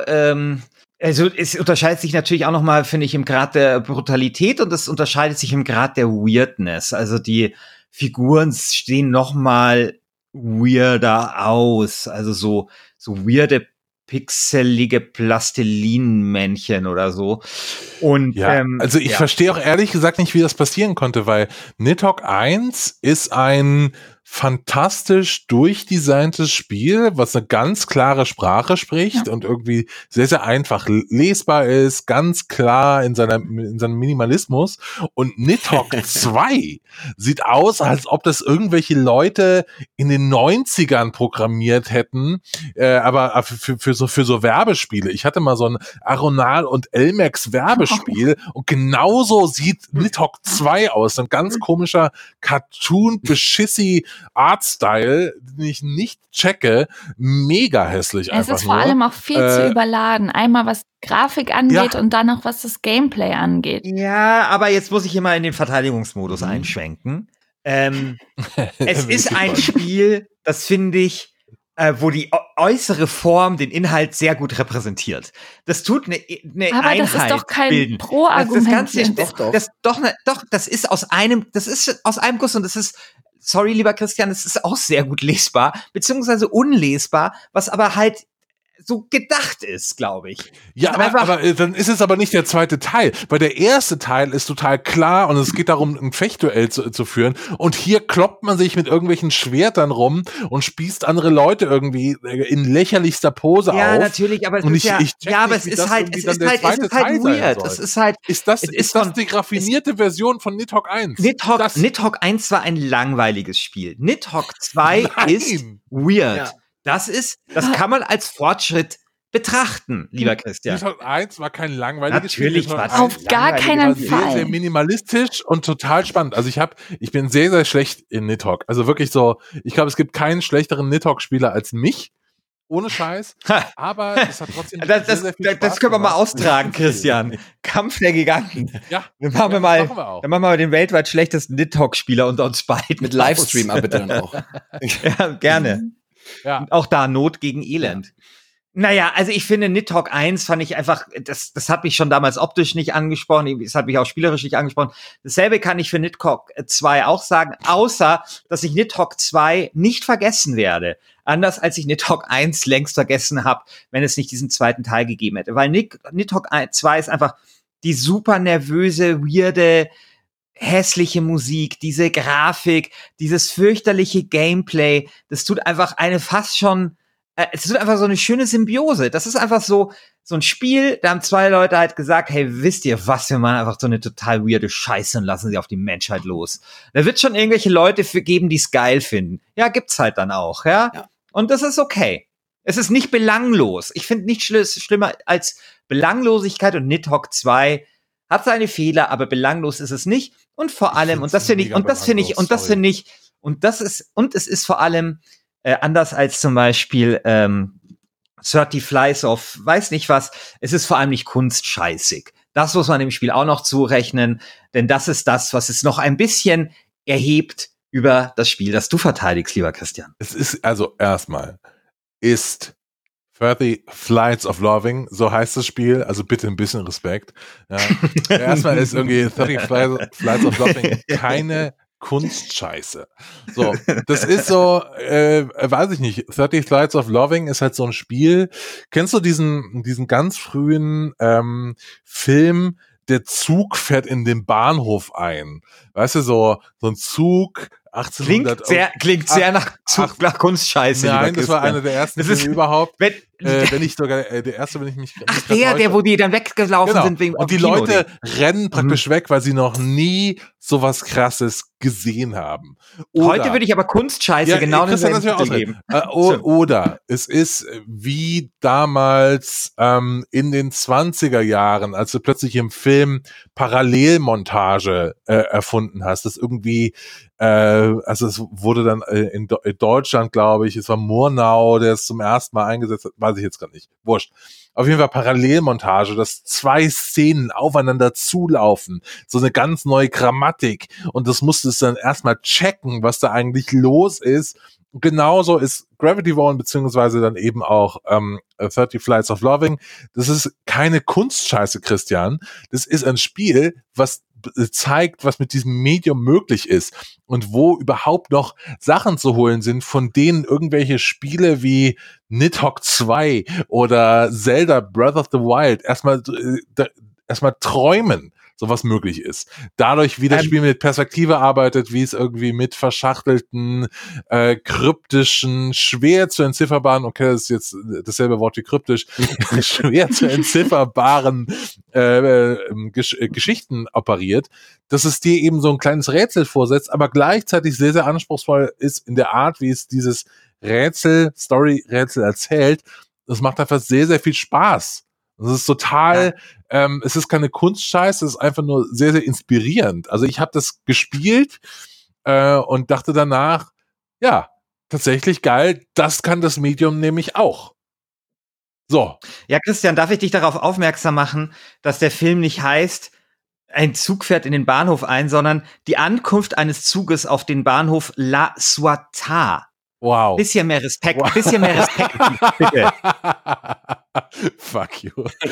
es unterscheidet sich natürlich auch noch mal, finde ich, im Grad der Brutalität und es unterscheidet sich im Grad der Weirdness. Also die Figuren stehen noch mal weirder aus, also so weirde pixelige Plastilinmännchen oder so. Und also ich verstehe auch ehrlich gesagt nicht, wie das passieren konnte, weil Nidhogg 1 ist ein fantastisch durchdesigntes Spiel, was eine ganz klare Sprache spricht und irgendwie sehr, sehr einfach lesbar ist, ganz klar in seinem Minimalismus. Und Nidhogg 2 sieht aus, als ob das irgendwelche Leute in den 90ern programmiert hätten, aber für so Werbespiele. Ich hatte mal so ein Aronal und Elmex Werbespiel und genauso sieht Nidhogg 2 aus. Ein ganz komischer Cartoon-Beschissi Artstyle, den ich nicht checke, mega hässlich einfach nur. Es ist vor allem auch viel zu überladen. Einmal was Grafik angeht und dann noch was das Gameplay angeht. Ja, aber jetzt muss ich hier mal in den Verteidigungsmodus einschwenken. Es ist ein Spiel, das finde ich, wo die äußere Form den Inhalt sehr gut repräsentiert. Das tut eine aber Einheit das ist doch kein bilden. Pro-Argument. Das ist aus einem Guss und das ist, sorry, lieber Christian, es ist auch sehr gut lesbar, beziehungsweise unlesbar, was aber halt so gedacht ist, glaube ich. Ja, aber dann ist es aber nicht der zweite Teil, weil der erste Teil ist total klar und es geht darum, ein Fechtduell zu führen und hier kloppt man sich mit irgendwelchen Schwertern rum und spießt andere Leute irgendwie in lächerlichster Pose auf. Ja, natürlich, aber es ist halt weird. Ist das die raffinierte Version von Nidhogg 1? Nidhogg 1 war ein langweiliges Spiel. Nidhogg 2 ist weird. Ja. Das kann man als Fortschritt betrachten, lieber Christian. Nidhogg 1 war kein langweiliges Spiel. Auf gar keinen Fall. Sehr, sehr minimalistisch und total spannend. Also ich bin sehr, sehr schlecht in Nidhogg. Also wirklich so, ich glaube, es gibt keinen schlechteren Nidhogg-Spieler als mich. Ohne Scheiß. Aber es hat trotzdem sehr, sehr viel Spaß das können wir mal austragen, Christian. Kampf der Giganten. Ja. Dann machen wir mal den weltweit schlechtesten Nidhogg-Spieler unter uns beiden. Mit Livestream aber bitte dann auch. Ja, gerne. Ja. Und auch da Not gegen Elend. Naja, also ich finde Nidhogg 1 fand ich einfach, das hat mich schon damals optisch nicht angesprochen, es hat mich auch spielerisch nicht angesprochen. Dasselbe kann ich für Nidhogg 2 auch sagen, außer, dass ich Nidhogg 2 nicht vergessen werde. Anders als ich Nidhogg 1 längst vergessen habe, wenn es nicht diesen zweiten Teil gegeben hätte. Weil Nidhogg 2 ist einfach die super nervöse, weirde, hässliche Musik, diese Grafik, dieses fürchterliche Gameplay, das tut einfach es ist einfach so eine schöne Symbiose. Das ist einfach so ein Spiel, da haben zwei Leute halt gesagt, hey, wisst ihr was, wir machen einfach so eine total weirde Scheiße und lassen sie auf die Menschheit los. Da wird schon irgendwelche Leute geben, die es geil finden. Ja, gibt's halt dann auch, ja. Und das ist okay. Es ist nicht belanglos. Ich finde nichts schlimmer als Belanglosigkeit und Nidhogg 2 hat seine Fehler, aber belanglos ist es nicht. Und vor allem, es ist vor allem, anders als zum Beispiel 30 Flies of weiß nicht was, es ist vor allem nicht kunstscheißig. Das muss man dem Spiel auch noch zurechnen, denn das ist das, was es noch ein bisschen erhebt über das Spiel, das du verteidigst, lieber Christian. Es ist also erstmal, 30 Flights of Loving, so heißt das Spiel, also bitte ein bisschen Respekt. Ja. Erstmal ist irgendwie 30 Flights of Loving keine Kunstscheiße. So, das ist so, weiß ich nicht, 30 Flights of Loving ist halt so ein Spiel. Kennst du diesen ganz frühen Film, der Zug fährt in den Bahnhof ein? Weißt du, so ein Zug, 1800. Klingt sehr nach Kunstscheiße. Nein, das war einer der ersten Filme überhaupt. Wenn nicht sogar der erste, wenn ich mich der, wo die dann weggelaufen sind wegen und die Leute rennen praktisch weg, weil sie noch nie sowas Krasses gesehen haben. Heute würde ich aber Kunstscheiße genau denselben Titel geben. Oder es ist wie damals in den 20er Jahren, als du plötzlich im Film Parallelmontage erfunden hast, das irgendwie also es wurde dann in Deutschland, glaube ich, es war Murnau, der es zum ersten Mal eingesetzt hat, weiß ich jetzt gar nicht, wurscht. Auf jeden Fall Parallelmontage, dass zwei Szenen aufeinander zulaufen, so eine ganz neue Grammatik und das musstest du dann erstmal checken, was da eigentlich los ist. Genauso ist Gravity Falls beziehungsweise dann eben auch 30 Flights of Loving. Das ist keine Kunstscheiße, Christian. Das ist ein Spiel, was zeigt, was mit diesem Medium möglich ist und wo überhaupt noch Sachen zu holen sind, von denen irgendwelche Spiele wie Nidhogg 2 oder Zelda Breath of the Wild erstmal träumen. sowas möglich ist. Dadurch, wie das Spiel mit Perspektive arbeitet, wie es irgendwie mit verschachtelten, kryptischen, schwer zu entzifferbaren, okay, das ist jetzt dasselbe Wort wie kryptisch, schwer zu entzifferbaren Geschichten operiert, dass es dir eben so ein kleines Rätsel vorsetzt, aber gleichzeitig sehr, sehr anspruchsvoll ist in der Art, wie es dieses Story-Rätsel erzählt. Das macht einfach sehr, sehr viel Spaß. Das ist total, es ist keine Kunstscheiß, es ist einfach nur sehr, sehr inspirierend. Also ich habe das gespielt und dachte danach, ja, tatsächlich geil, das kann das Medium nämlich auch. So. Ja, Christian, darf ich dich darauf aufmerksam machen, dass der Film nicht heißt, ein Zug fährt in den Bahnhof ein, sondern die Ankunft eines Zuges auf den Bahnhof La Ciotat. Wow. Bisschen mehr Respekt, bitte. Fuck you.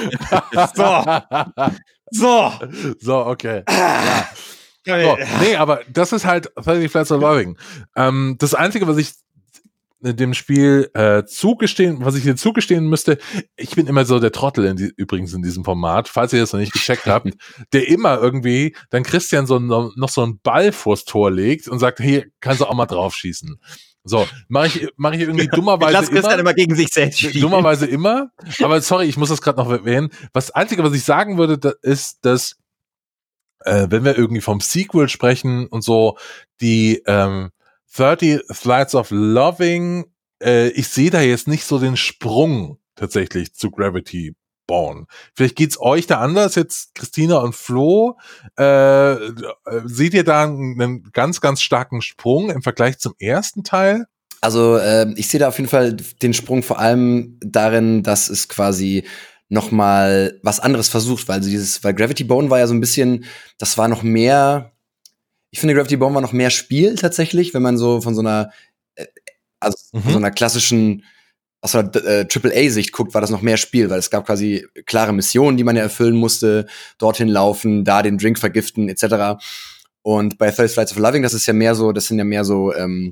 So, okay. Ja. So, nee, aber das ist halt 30 Flights of Loving. Das Einzige, was ich dem Spiel zugestehen müsste, ich bin immer so der Trottel übrigens in diesem Format, falls ihr das noch nicht gecheckt habt, der immer irgendwie dann Christian noch so einen Ball vors Tor legt und sagt, hier, kannst du auch mal drauf schießen. So, mach ich irgendwie dummerweise lass Christian immer gegen sich selbst spielen. Dummerweise immer, aber sorry, ich muss das gerade noch erwähnen. Das Einzige, was ich sagen würde, ist, dass wenn wir irgendwie vom Sequel sprechen und so, die 30 Flights of Loving, ich sehe da jetzt nicht so den Sprung tatsächlich zu Gravity Born. Vielleicht geht's euch da anders, jetzt Christina und Flo. Seht ihr da einen ganz, ganz starken Sprung im Vergleich zum ersten Teil? Also ich sehe da auf jeden Fall den Sprung vor allem darin, dass es quasi noch mal was anderes versucht, weil Gravity Bone war ja so ein bisschen, das war noch mehr, ich finde Gravity Bone war noch mehr Spiel tatsächlich, wenn man so von so einer von so einer klassischen aus der AAA-Sicht guckt, war das noch mehr Spiel, weil es gab quasi klare Missionen, die man ja erfüllen musste, dorthin laufen, da den Drink vergiften, etc. Und bei 30 Flights of Loving, das sind ja mehr so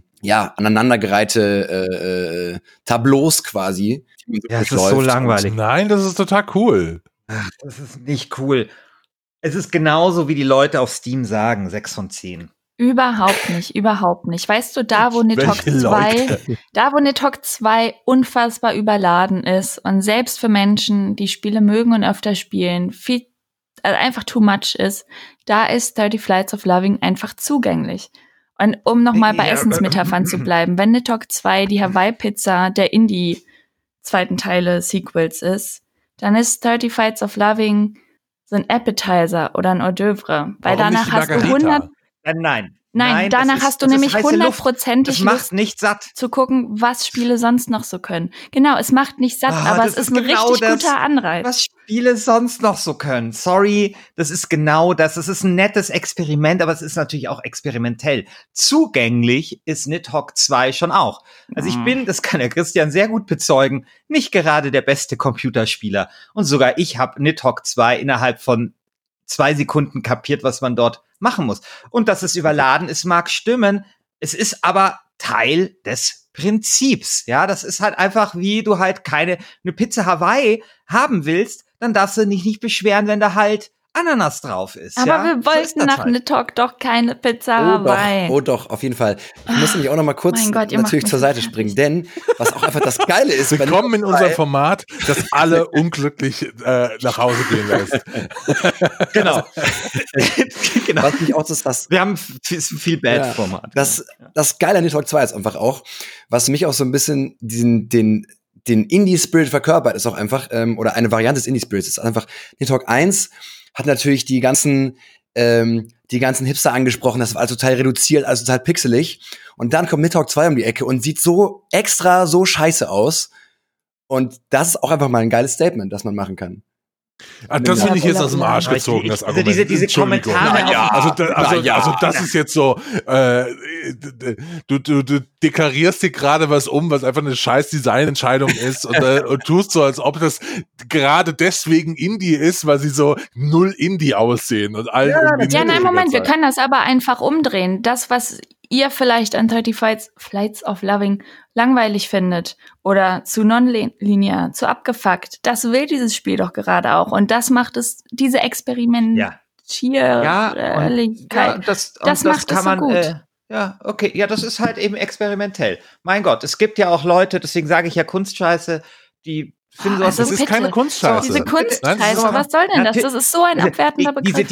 aneinandergereihte Tableaus quasi. Ja, das ist so langweilig. Nein, das ist total cool. Ach, das ist nicht cool. Es ist genauso, wie die Leute auf Steam sagen, 6 von 10. Überhaupt nicht. Weißt du, da wo Nidhogg 2 unfassbar überladen ist und selbst für Menschen, die Spiele mögen und öfter spielen, einfach too much ist, da ist 30 Flights of Loving einfach zugänglich. Und um nochmal bei Essensmetaphern zu bleiben, wenn Nidhogg 2 die Hawaii-Pizza der Indie-zweiten Teile Sequels ist, dann ist 30 Flights of Loving so ein Appetizer oder ein Hors d'oeuvre. Weil danach hast du 100... Nein, danach hast du nämlich 100%ig Lust nicht satt zu gucken, was Spiele sonst noch so können. Genau, es macht nicht satt, aber es ist ein richtig guter Anreiz. Was Spiele sonst noch so können. Sorry, das ist genau das. Es ist ein nettes Experiment, aber es ist natürlich auch experimentell. Zugänglich ist Nidhogg 2 schon auch. Also ich bin, das kann der Christian sehr gut bezeugen, nicht gerade der beste Computerspieler. Und sogar ich habe Nidhogg 2 innerhalb von 2 Sekunden kapiert, was man dort machen muss. Und dass es überladen ist, mag stimmen. Es ist aber Teil des Prinzips. Ja, das ist halt einfach, wie du halt eine Pizza Hawaii haben willst, dann darfst du dich nicht beschweren, wenn da halt Ananas drauf ist. Aber ja? Wir wollten nach Nidhogg doch keine Pizza Hawaii. Oh doch, auf jeden Fall. Ich muss nämlich auch noch mal kurz natürlich zur Seite springen, denn was auch einfach das Geile ist. Willkommen in unserem Format, das alle unglücklich nach Hause gehen lässt. Genau. Genau. Was mich auch das wir haben viel Bad-Format. Das Geile an Nidhogg 2 ist einfach auch, was mich auch so ein bisschen den Indie-Spirit verkörpert, ist auch einfach, oder eine Variante des Indie-Spirits ist einfach, Nidhogg 1 hat natürlich die ganzen Hipster angesprochen, das war alles total reduziert, alles total pixelig. Und dann kommt Nidhogg 2 um die Ecke und sieht so extra so scheiße aus. Und das ist auch einfach mal ein geiles Statement, das man machen kann. Das finde ich jetzt aus dem Arsch gezogen, das Argument. Diese Kommentare. Also das ist jetzt so, du deklarierst dir gerade was was einfach eine scheiß Designentscheidung ist und tust so, als ob das gerade deswegen Indie ist, weil sie so null Indie aussehen und all. Nein, Moment, wir können das aber einfach umdrehen. Das, was ihr vielleicht an 30 Flights of Loving langweilig findet oder zu nonlinear, zu abgefuckt, das will dieses Spiel doch gerade auch. Und das macht es, diese Experimentierfreude Schierlichkeit. Das macht kann es so man gut. Ja, okay. Ja, das ist halt eben experimentell. Mein Gott, es gibt ja auch Leute, deswegen sage ich ja Kunstscheiße, die finden sowas. Das ist keine Kunstscheiße. Diese Kunstscheiße, was soll denn das? Das ist so ein abwertender Begriff.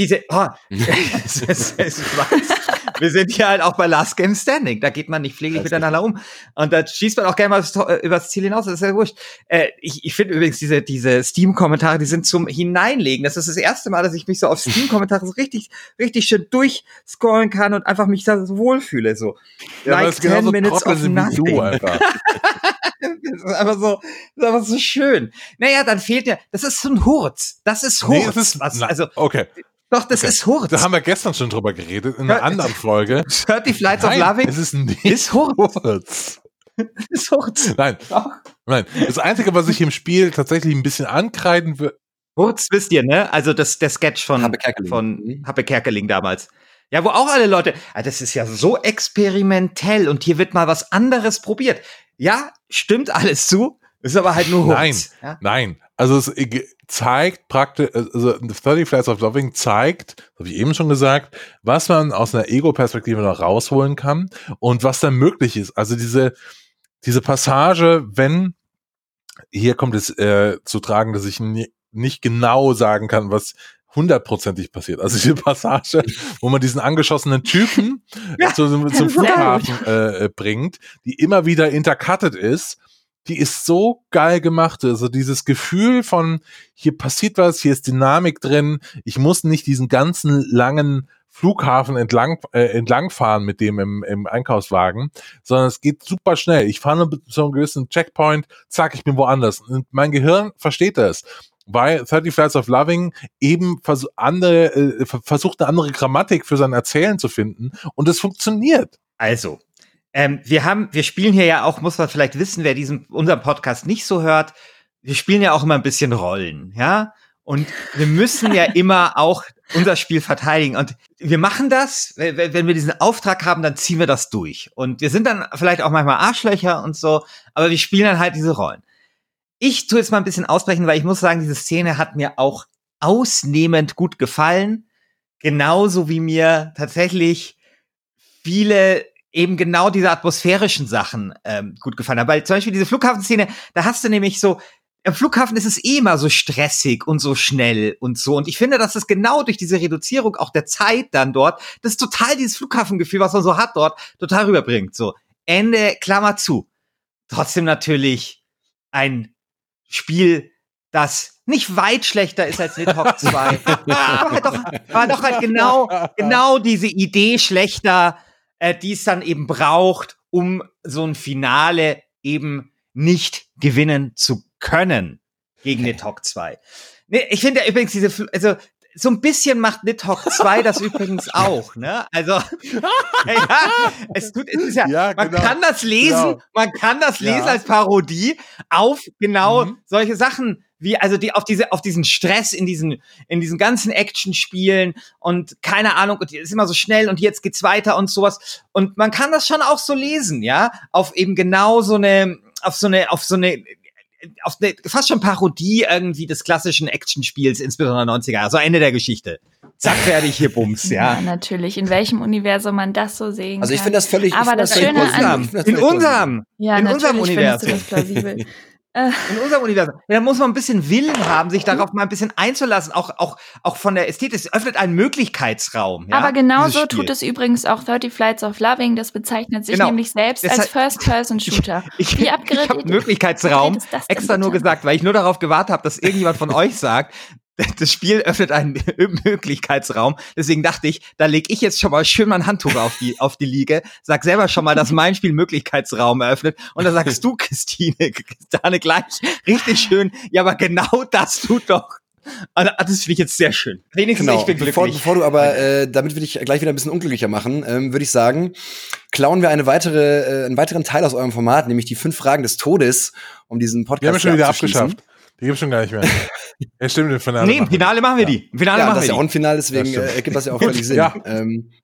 Wir sind hier halt auch bei Last Game Standing. Da geht man nicht pfleglich miteinander um. Und da schießt man auch gerne mal übers Ziel hinaus. Das ist ja wurscht. Ich finde übrigens diese Steam-Kommentare, die sind zum Hineinlegen. Das ist das erste Mal, dass ich mich so auf Steam-Kommentare so richtig, richtig schön durchscrollen kann und einfach mich da so wohlfühle. So. Ja, like 10 minutes of nothing. Du einfach. Das ist einfach so schön. Naja, dann fehlt ja, das ist so ein Hurz. Das ist Hurz. Okay. Doch, das ist Hurz. Da haben wir gestern schon drüber geredet, in einer anderen Folge. 30 Flights of Loving es ist nicht Hurz. Ist Hurz. Nein. Das Einzige, was ich im Spiel tatsächlich ein bisschen ankreiden würde. Hurz, wisst ihr, ne? Also der Sketch von Happe Kerkeling damals. Ja, wo auch alle Leute, das ist ja so experimentell und hier wird mal was anderes probiert. Ja, stimmt alles zu, ist aber halt nur Hurz. Nein. Also es zeigt praktisch, also 30 Flights of Loving zeigt, habe ich eben schon gesagt, was man aus einer Ego-Perspektive noch rausholen kann und was dann möglich ist. Also diese Passage, wenn, hier kommt es zu tragen, dass ich nicht genau sagen kann, was 100%ig passiert. Also diese Passage, wo man diesen angeschossenen Typen zum Flughafen bringt, die immer wieder intercutted ist, die ist so geil gemacht. Also dieses Gefühl von, hier passiert was, hier ist Dynamik drin, ich muss nicht diesen ganzen langen Flughafen entlangfahren mit dem im Einkaufswagen, sondern es geht super schnell. Ich fahre nur so einen gewissen Checkpoint, zack, ich bin woanders. Und mein Gehirn versteht das. Weil 30 Flights of Loving eben versucht, eine andere Grammatik für sein Erzählen zu finden und es funktioniert. Also, wir spielen hier ja auch, muss man vielleicht wissen, wer unseren Podcast nicht so hört, wir spielen ja auch immer ein bisschen Rollen, ja? Und wir müssen ja immer auch unser Spiel verteidigen. Und wir machen das, wenn wir diesen Auftrag haben, dann ziehen wir das durch. Und wir sind dann vielleicht auch manchmal Arschlöcher und so, aber wir spielen dann halt diese Rollen. Ich tue jetzt mal ein bisschen ausbrechen, weil ich muss sagen, diese Szene hat mir auch ausnehmend gut gefallen. Genauso wie mir tatsächlich viele eben genau diese atmosphärischen Sachen gut gefallen haben. Weil zum Beispiel diese Flughafenszene, da hast du nämlich so, im Flughafen ist es immer so stressig und so schnell und so. Und ich finde, dass das genau durch diese Reduzierung auch der Zeit dann dort, das total dieses Flughafengefühl, was man so hat dort, total rüberbringt. So, Ende, Klammer zu. Trotzdem natürlich ein Spiel, das nicht weit schlechter ist als Nidhogg 2. war doch halt genau diese Idee schlechter, die es dann eben braucht, um so ein Finale eben nicht gewinnen zu können gegen Nidhogg 2. Nee, ich finde ja übrigens also so ein bisschen macht Nidhogg 2 das übrigens auch, ne? Also, man kann das lesen, als Parodie auf genau solche Sachen, wie, also auf diesen Stress in diesen ganzen Action-Spielen und keine Ahnung, und ist immer so schnell und jetzt geht's weiter und sowas. Und man kann das schon auch so lesen, ja? Auf eben genau auf eine fast schon Parodie irgendwie des klassischen Actionspiels, insbesondere 90er, also Ende der Geschichte. Zack, fertig, hier Bums, ja. Ja, natürlich, in welchem Universum man das so sehen kann. Also ich finde das völlig, aber das Schöne in unserem Universum. In unserem Universum. Da muss man ein bisschen Willen haben, sich darauf mal ein bisschen einzulassen, auch von der Ästhetik. Es öffnet einen Möglichkeitsraum. Ja, aber genauso tut es übrigens auch 30 Flights of Loving. Das bezeichnet sich nämlich selbst als First-Person-Shooter. Ich habe Möglichkeitsraum extra nur gesagt, weil ich nur darauf gewartet habe, dass irgendjemand von euch sagt, das Spiel öffnet einen Möglichkeitsraum. Deswegen dachte ich, da lege ich jetzt schon mal schön mein Handtuch auf die Liege, sag selber schon mal, dass mein Spiel Möglichkeitsraum eröffnet. Und dann sagst du, Christine gleich richtig schön, ja, aber genau das tut doch. Also, das finde ich jetzt sehr schön. Wenigstens ich bin glücklich. Bevor du aber, damit wir dich gleich wieder ein bisschen unglücklicher machen, würde ich sagen, klauen wir einen weiteren Teil aus eurem Format, nämlich die 5 Fragen des Todes, um diesen Podcast zu Wir haben schon wieder abgeschafft. Die gibt's schon gar nicht mehr. Ja, stimmt, im Finale. Nee, im Finale machen wir die. Im Finale machen wir die. Das ist ja auch ein Finale, deswegen ergibt das ja auch völlig Sinn. Ja.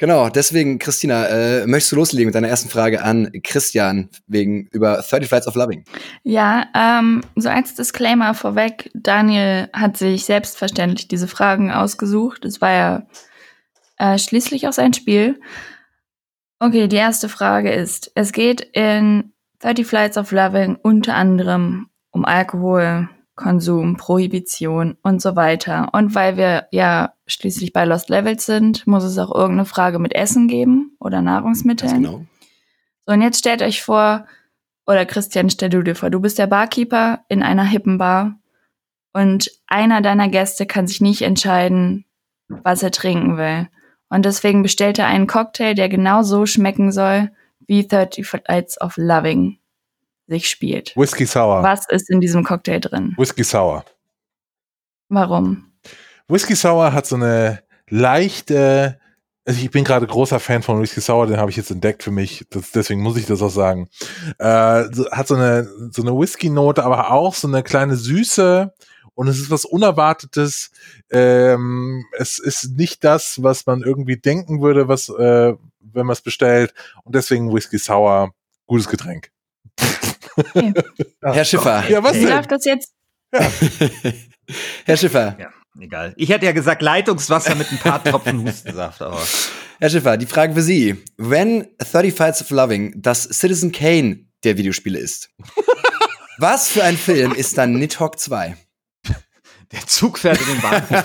Genau, deswegen, Christina, möchtest du loslegen mit deiner ersten Frage an Christian über 30 Flights of Loving? Ja, so als Disclaimer vorweg, Daniel hat sich selbstverständlich diese Fragen ausgesucht. Es war ja schließlich auch sein Spiel. Okay, die erste Frage ist, es geht in 30 Flights of Loving unter anderem um Alkoholkonsum, Prohibition und so weiter. Und weil wir ja schließlich bei Lost Levels sind, muss es auch irgendeine Frage mit Essen geben oder Nahrungsmitteln. Ganz genau. So, und jetzt stellt euch vor, oder Christian, stell du dir vor, du bist der Barkeeper in einer hippen Bar und einer deiner Gäste kann sich nicht entscheiden, was er trinken will. Und deswegen bestellt er einen Cocktail, der genau so schmecken soll, wie 30 Flights of Loving sich spielt. Whisky Sour. Was ist in diesem Cocktail drin? Whisky Sour. Warum? Whisky Sour hat so eine leichte, also ich bin gerade großer Fan von Whisky Sour, den habe ich jetzt entdeckt für mich, deswegen muss ich das auch sagen. Hat so eine Whisky-Note, aber auch so eine kleine Süße und es ist was Unerwartetes. Es ist nicht das, was man irgendwie denken würde, wenn man es bestellt und deswegen Whisky Sour, gutes Getränk. Okay. Herr Schiffer. Ja, was Wie denn? läuft das jetzt? Ja. Herr Schiffer. Ja, egal. Ich hätte ja gesagt Leitungswasser mit ein paar Tropfen Hustensaft, aber. Herr Schiffer, die Frage für Sie. Wenn 30 Flights of Loving das Citizen Kane der Videospiele ist, was für ein Film ist dann Nidhogg 2? Der Zug fährt in den Bahnhof.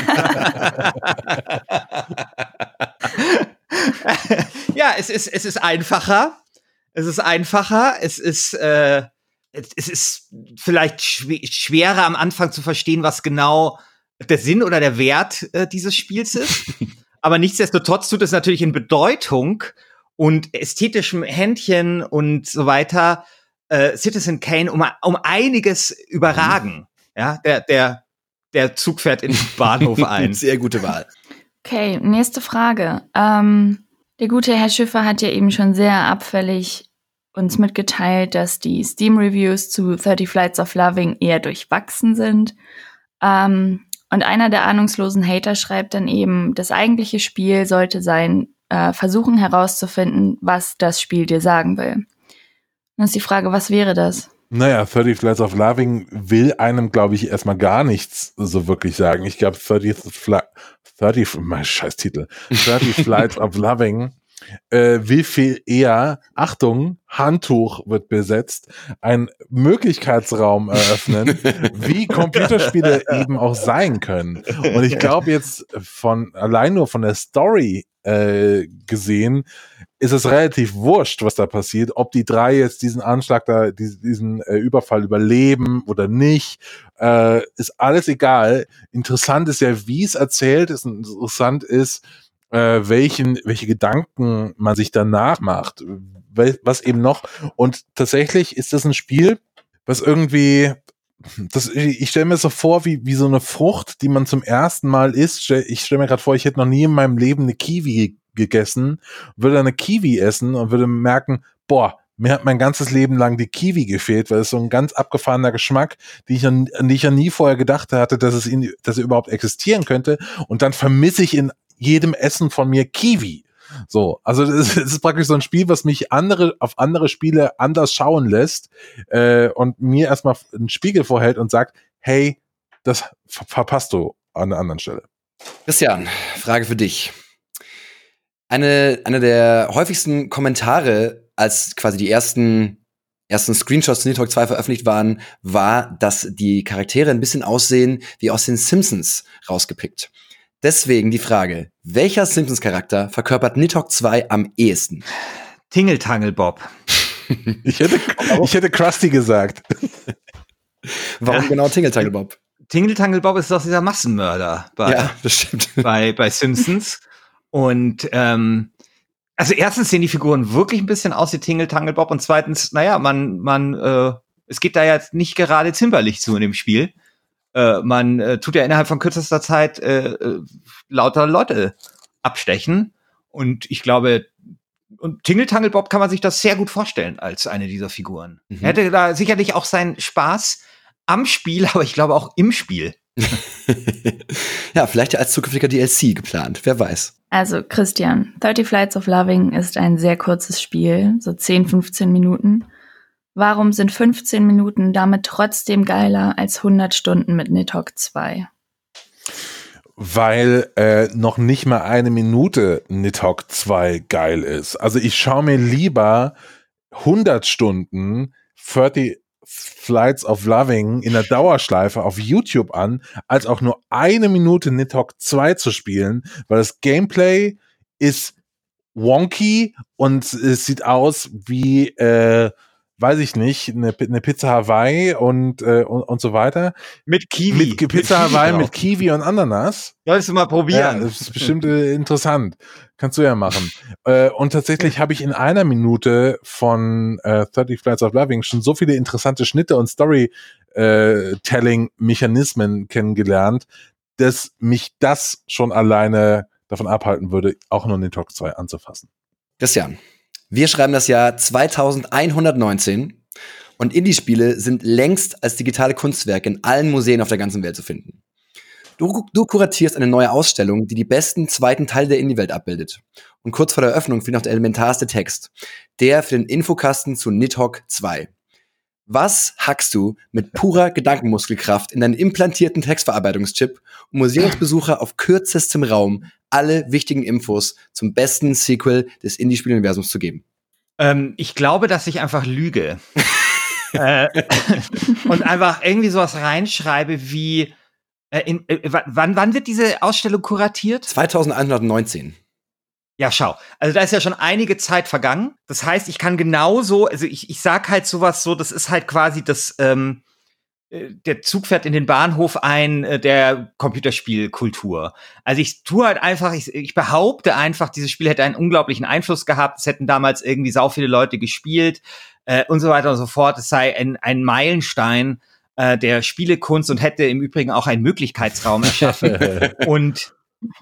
Ja, es ist einfacher. Es ist vielleicht schwerer am Anfang zu verstehen, was genau der Sinn oder der Wert dieses Spiels ist. Aber nichtsdestotrotz tut es natürlich in Bedeutung und ästhetischem Händchen und so weiter Citizen Kane um einiges überragen. Ja, der Zug fährt in den Bahnhof ein. Sehr gute Wahl. Okay, nächste Frage. Der gute Herr Schiffer hat ja eben schon sehr abfällig uns mitgeteilt, dass die Steam-Reviews zu 30 Flights of Loving eher durchwachsen sind. Und einer der ahnungslosen Hater schreibt dann eben, das eigentliche Spiel sollte sein, versuchen herauszufinden, was das Spiel dir sagen will. Dann ist die Frage, was wäre das? Naja, 30 Flights of Loving will einem, glaube ich, erstmal gar nichts so wirklich sagen. Ich glaube, 30 Flights of Loving will viel eher, Achtung, Handtuch wird besetzt, ein Möglichkeitsraum eröffnen, wie Computerspiele eben auch sein können. Und ich glaube jetzt allein nur von der Story gesehen, ist es relativ wurscht, was da passiert, ob die drei jetzt diesen Anschlag da, diesen Überfall überleben oder nicht, ist alles egal. Interessant ist ja, wie es erzählt ist, und interessant ist, welche Gedanken man sich danach macht, was eben noch, und tatsächlich ist das ein Spiel, was irgendwie, ich stelle mir so vor, wie so eine Frucht, die man zum ersten Mal isst. Ich stelle mir gerade vor, ich hätte noch nie in meinem Leben eine Kiwi gegessen, würde eine Kiwi essen und würde merken, boah, mir hat mein ganzes Leben lang die Kiwi gefehlt, weil es so ein ganz abgefahrener Geschmack, an die ich ja nie vorher gedacht hatte, dass er überhaupt existieren könnte, und dann vermisse ich in jedem Essen von mir Kiwi. So, also es ist praktisch so ein Spiel, was mich auf andere Spiele anders schauen lässt und mir erstmal einen Spiegel vorhält und sagt, hey, das verpasst du an einer anderen Stelle. Christian, Frage für dich. Eine der häufigsten Kommentare, als quasi die ersten Screenshots zu Nidhogg 2 veröffentlicht waren, war, dass die Charaktere ein bisschen aussehen wie aus den Simpsons rausgepickt. Deswegen die Frage, welcher Simpsons-Charakter verkörpert Nidhogg 2 am ehesten? Tingle Bob. Ich hätte Krusty gesagt. Warum genau Tingle Bob? Tingle Bob ist doch dieser Massenmörder ja, das stimmt. bei Simpsons. Und also erstens sehen die Figuren wirklich ein bisschen aus wie Tingle Bob und zweitens, naja, es geht da jetzt nicht gerade zimperlich zu in dem Spiel. Man tut ja innerhalb von kürzester Zeit lauter Leute abstechen. Und ich glaube, und Tingle Bob kann man sich das sehr gut vorstellen als eine dieser Figuren. Er hätte da sicherlich auch seinen Spaß am Spiel, aber ich glaube auch im Spiel. Ja, vielleicht ja als zukünftiger DLC geplant, wer weiß. Also Christian, 30 Flights of Loving ist ein sehr kurzes Spiel, so 10, 15 Minuten. Warum sind 15 Minuten damit trotzdem geiler als 100 Stunden mit Nidhogg 2? Weil noch nicht mal eine Minute Nidhogg 2 geil ist. Also ich schaue mir lieber 100 Stunden 30 Flights of Loving in der Dauerschleife auf YouTube an, als auch nur eine Minute Nidhogg 2 zu spielen, weil das Gameplay ist wonky und es sieht aus wie weiß ich nicht, eine Pizza Hawaii und so weiter. Mit Kiwi. Mit Pizza Hawaii mit Kiwi und Ananas. Solltest du mal probieren. Ja, das ist bestimmt interessant. Kannst du ja machen. Und tatsächlich habe ich in einer Minute von 30 Flights of Loving schon so viele interessante Schnitte und Storytelling-Mechanismen kennengelernt, dass mich das schon alleine davon abhalten würde, auch nur Nidhogg 2 anzufassen. Christian, wir schreiben das Jahr 2119 und Indie-Spiele sind längst als digitale Kunstwerke in allen Museen auf der ganzen Welt zu finden. Du kuratierst eine neue Ausstellung, die die besten zweiten Teile der Indie-Welt abbildet. Und kurz vor der Eröffnung fehlt noch der elementarste Text, der für den Infokasten zu Nidhogg 2. Was hackst du mit purer Gedankenmuskelkraft in deinen implantierten Textverarbeitungschip, um Museumsbesucher auf kürzestem Raum alle wichtigen Infos zum besten Sequel des Indie-Spiel-Universums zu geben? Ich glaube, dass ich einfach lüge. Und einfach irgendwie sowas reinschreibe wie wann wird diese Ausstellung kuratiert? 2119. Ja, schau. Also da ist ja schon einige Zeit vergangen. Das heißt, ich kann genauso, also ich sag halt sowas so, das ist halt quasi das, der Zug fährt in den Bahnhof ein, der Computerspielkultur. Also ich tue halt einfach, ich behaupte einfach, dieses Spiel hätte einen unglaublichen Einfluss gehabt. Es hätten damals irgendwie sau viele Leute gespielt und so weiter und so fort. Es sei ein Meilenstein der Spielekunst und hätte im Übrigen auch einen Möglichkeitsraum erschaffen. und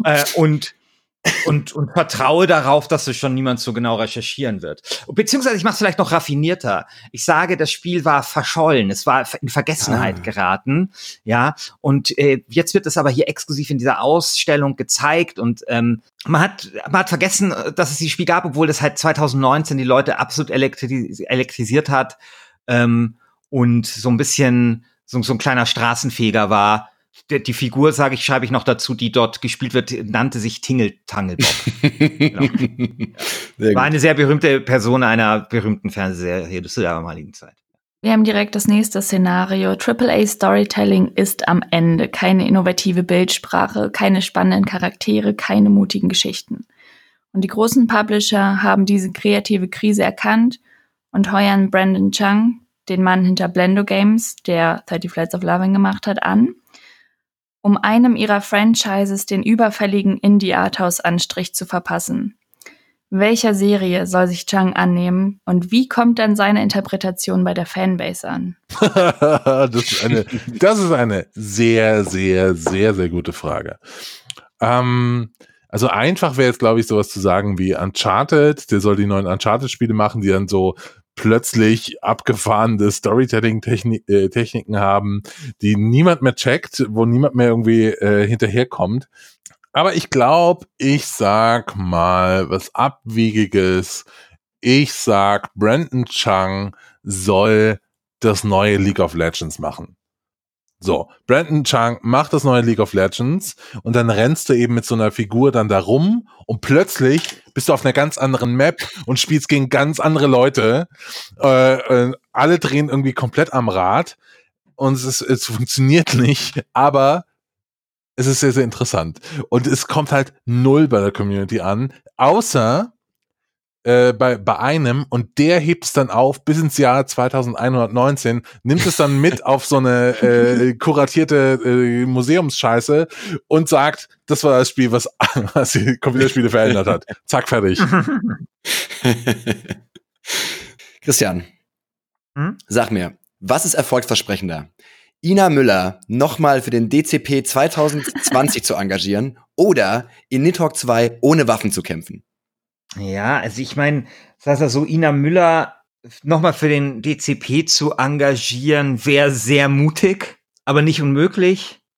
vertraue darauf, dass es schon niemand so genau recherchieren wird. Beziehungsweise ich mache es vielleicht noch raffinierter. Ich sage, das Spiel war verschollen, es war in Vergessenheit geraten, ja. Und jetzt wird es aber hier exklusiv in dieser Ausstellung gezeigt und man hat vergessen, dass es dieses Spiel gab, obwohl das halt 2019 die Leute absolut elektrisiert hat und so ein bisschen so ein kleiner Straßenfeger war. Die Figur, schreibe ich noch dazu, die dort gespielt wird, nannte sich Tingeltangelbob. Genau. War eine sehr berühmte Person einer berühmten Fernsehserie der damaligen Zeit. Wir haben direkt das nächste Szenario. AAA Storytelling ist am Ende. Keine innovative Bildsprache, keine spannenden Charaktere, keine mutigen Geschichten. Und die großen Publisher haben diese kreative Krise erkannt und heuern Brandon Chung, den Mann hinter Blendo Games, der 30 Flights of Loving gemacht hat, an, um einem ihrer Franchises den überfälligen Indie-Arthouse-Anstrich zu verpassen. Welcher Serie soll sich Chung annehmen und wie kommt dann seine Interpretation bei der Fanbase an? Das ist eine sehr, sehr, sehr, sehr gute Frage. Also einfach wäre jetzt, glaube ich, sowas zu sagen wie Uncharted, der soll die neuen Uncharted-Spiele machen, die dann so plötzlich abgefahrene Storytelling-Techniken haben, die niemand mehr checkt, wo niemand mehr irgendwie hinterherkommt. Aber ich glaube, ich sag mal was Abwegiges. Ich sag, Brandon Chung soll das neue League of Legends machen. So, Brandon Chung macht das neue League of Legends und dann rennst du eben mit so einer Figur dann da rum und plötzlich bist du auf einer ganz anderen Map und spielst gegen ganz andere Leute. Alle drehen irgendwie komplett am Rad und es funktioniert nicht, aber es ist sehr, sehr interessant. Und es kommt halt null bei der Community an, außer bei einem, und der hebt es dann auf bis ins Jahr 2119, nimmt es dann mit auf so eine kuratierte Museumsscheiße und sagt, das war das Spiel, was die Computerspiele verändert hat. Zack, fertig. Christian, sag mir, was ist erfolgsversprechender? Ina Müller nochmal für den DCP 2020 zu engagieren oder in Nidhogg 2 ohne Waffen zu kämpfen? Ja, also ich meine, so Ina Müller nochmal für den DCP zu engagieren, wäre sehr mutig, aber nicht unmöglich.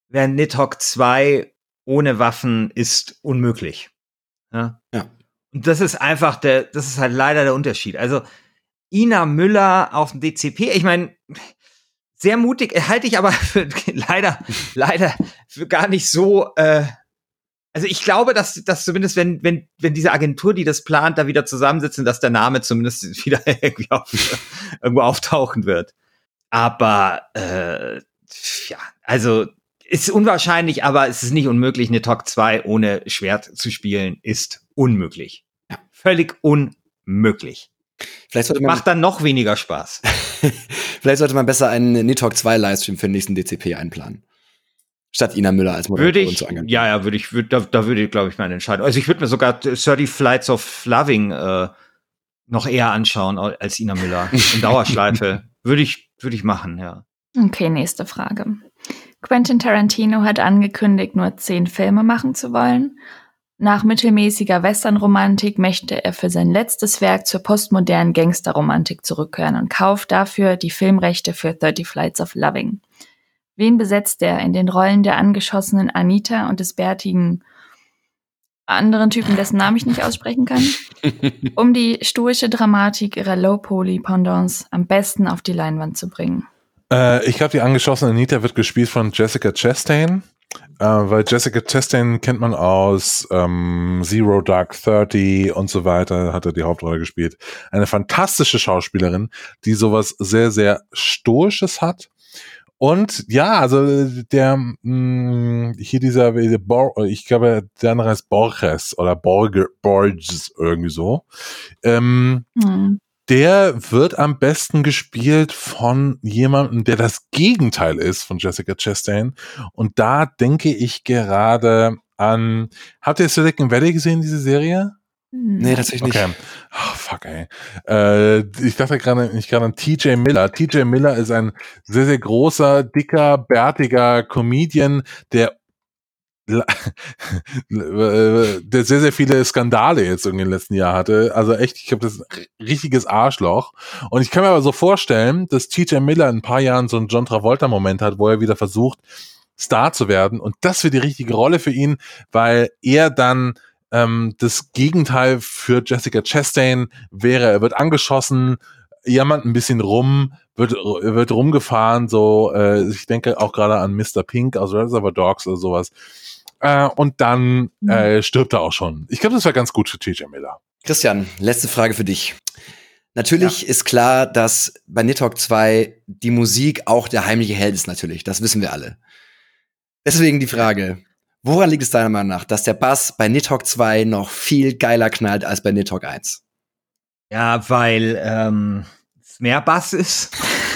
während Nidhogg 2 ohne Waffen ist unmöglich. Ja. Und das ist einfach das ist halt leider der Unterschied. Also Ina Müller auf dem DCP, ich meine, sehr mutig, halte ich aber für, leider für gar nicht so, also ich glaube, dass zumindest, wenn diese Agentur, die das plant, da wieder zusammensitzen, dass der Name zumindest wieder irgendwie irgendwo auftauchen wird. Aber, also, ist unwahrscheinlich, aber es ist nicht unmöglich. Nidhogg 2 ohne Schwert zu spielen ist unmöglich. Ja. Völlig unmöglich. Macht dann noch weniger Spaß. Vielleicht sollte man besser einen Nidhogg 2 Livestream für den nächsten DCP einplanen. Statt Ina Müller als Moderatorin zu engagieren. Ja, würde ich, glaube ich, meine Entscheidung. Also ich würde mir sogar 30 Flights of Loving noch eher anschauen als Ina Müller. In Dauerschleife. Würde ich machen, ja. Okay, nächste Frage. Quentin Tarantino hat angekündigt, nur 10 Filme machen zu wollen. Nach mittelmäßiger Westernromantik möchte er für sein letztes Werk zur postmodernen Gangsterromantik zurückkehren und kauft dafür die Filmrechte für 30 Flights of Loving. Wen besetzt er in den Rollen der angeschossenen Anita und des bärtigen anderen Typen, dessen Namen ich nicht aussprechen kann, um die stoische Dramatik ihrer Low-Poly-Pendants am besten auf die Leinwand zu bringen? Ich glaube, die angeschossene Anita wird gespielt von Jessica Chastain, weil Jessica Chastain kennt man aus Zero Dark 30 und so weiter, hat er die Hauptrolle gespielt. Eine fantastische Schauspielerin, die sowas sehr, sehr Stoisches hat. Und ja, also hier dieser, ich glaube, der andere heißt Borges oder Borges, irgendwie so. Der wird am besten gespielt von jemandem, der das Gegenteil ist von Jessica Chastain. Und da denke ich gerade an, habt ihr Silicon Valley gesehen, diese Serie? Nee, tatsächlich nicht. Okay. Oh, fuck, ey. Ich dachte gerade an TJ Miller. TJ Miller ist ein sehr, sehr großer, dicker, bärtiger Comedian, der sehr, sehr viele Skandale jetzt irgendwie im letzten Jahr hatte. Also echt, ich glaube, das ist ein richtiges Arschloch. Und ich kann mir aber so vorstellen, dass TJ Miller in ein paar Jahren so einen John Travolta-Moment hat, wo er wieder versucht, Star zu werden. Und das wäre die richtige Rolle für ihn, weil er dann das Gegenteil für Jessica Chastain wäre. Er wird angeschossen, jammert ein bisschen rum, wird rumgefahren, so, ich denke auch gerade an Mr. Pink aus Reservoir Dogs oder sowas. Und dann stirbt er auch schon. Ich glaube, das wäre ganz gut für TJ Miller. Christian, letzte Frage für dich. Natürlich ist klar, dass bei Nidhogg 2 die Musik auch der heimliche Held ist natürlich. Das wissen wir alle. Deswegen die Frage, woran liegt es deiner Meinung nach, dass der Bass bei Nidhogg 2 noch viel geiler knallt als bei Nidhogg 1? Ja, weil es mehr Bass ist.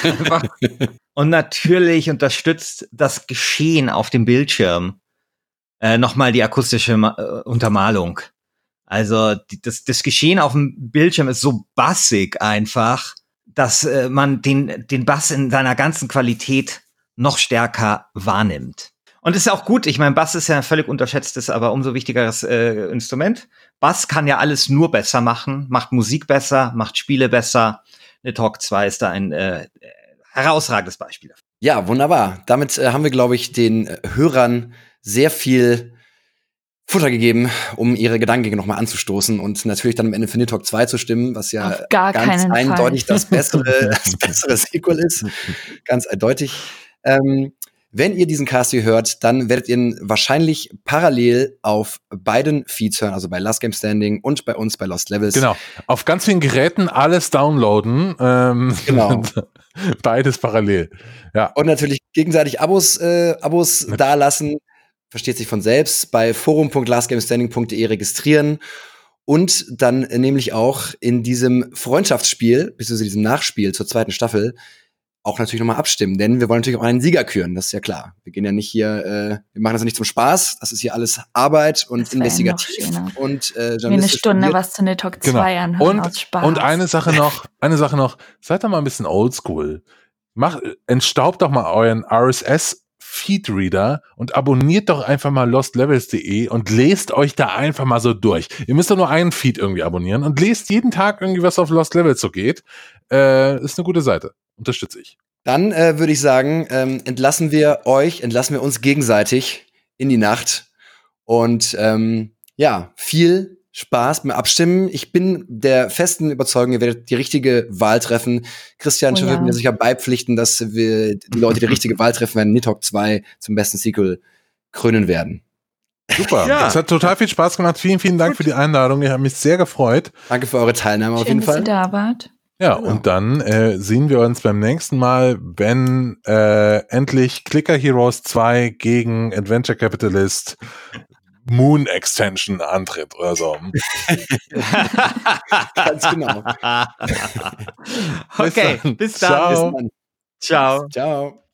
Und natürlich unterstützt das Geschehen auf dem Bildschirm nochmal die akustische Untermalung. Also das Geschehen auf dem Bildschirm ist so bassig einfach, dass man den Bass in seiner ganzen Qualität noch stärker wahrnimmt. Und ist ja auch gut. Ich meine, Bass ist ja ein völlig unterschätztes, aber umso wichtigeres Instrument. Bass kann ja alles nur besser machen, macht Musik besser, macht Spiele besser. Nidhogg 2 ist da ein herausragendes Beispiel dafür. Ja, wunderbar. Damit haben wir, glaube ich, den Hörern sehr viel Futter gegeben, um ihre Gedanken nochmal anzustoßen und natürlich dann am Ende für Nidhogg 2 zu stimmen, was ja ganz eindeutig das bessere Sequel ist. Ganz eindeutig. Wenn ihr diesen Cast hier hört, dann werdet ihr ihn wahrscheinlich parallel auf beiden Feeds hören, also bei Last Game Standing und bei uns bei Lost Levels. Genau, auf ganz vielen Geräten alles downloaden. Genau. Beides parallel. Ja. Und natürlich gegenseitig Abos dalassen. Versteht sich von selbst. Bei forum.lastgamestanding.de registrieren. Und dann nämlich auch in diesem Freundschaftsspiel, beziehungsweise diesem Nachspiel zur 2. Staffel, auch natürlich nochmal abstimmen, denn wir wollen natürlich auch einen Sieger küren, das ist ja klar. Wir gehen ja nicht hier, wir machen das ja nicht zum Spaß, das ist hier alles Arbeit und investigativ und journalistisch. Mir eine Stunde was zu Nidhogg 2 anhören aus Spaß. Und eine Sache noch, seid doch mal ein bisschen oldschool. Entstaubt doch mal euren RSS-Feedreader und abonniert doch einfach mal lostlevels.de und lest euch da einfach mal so durch. Ihr müsst doch nur einen Feed irgendwie abonnieren und lest jeden Tag irgendwie, was auf Lost Levels so geht. Ist eine gute Seite. Unterstütze ich. Dann würde ich sagen, entlassen wir uns gegenseitig in die Nacht. Und viel Spaß beim Abstimmen. Ich bin der festen Überzeugung, ihr werdet die richtige Wahl treffen. Christian wird mir sicher beipflichten, dass wir die Leute die richtige Wahl treffen werden, Nidhogg 2 zum besten Sequel krönen werden. Super, das hat total viel Spaß gemacht. Vielen, vielen Dank für die Einladung. Ich habe mich sehr gefreut. Danke für eure Teilnahme auf jeden Fall. Schön, dass ihr da wart. Ja, und dann sehen wir uns beim nächsten Mal, wenn endlich Clicker Heroes 2 gegen Adventure Capitalist Moon Extension antritt oder so. Ganz genau. Okay, bis dann. Ciao. Ciao. Ciao.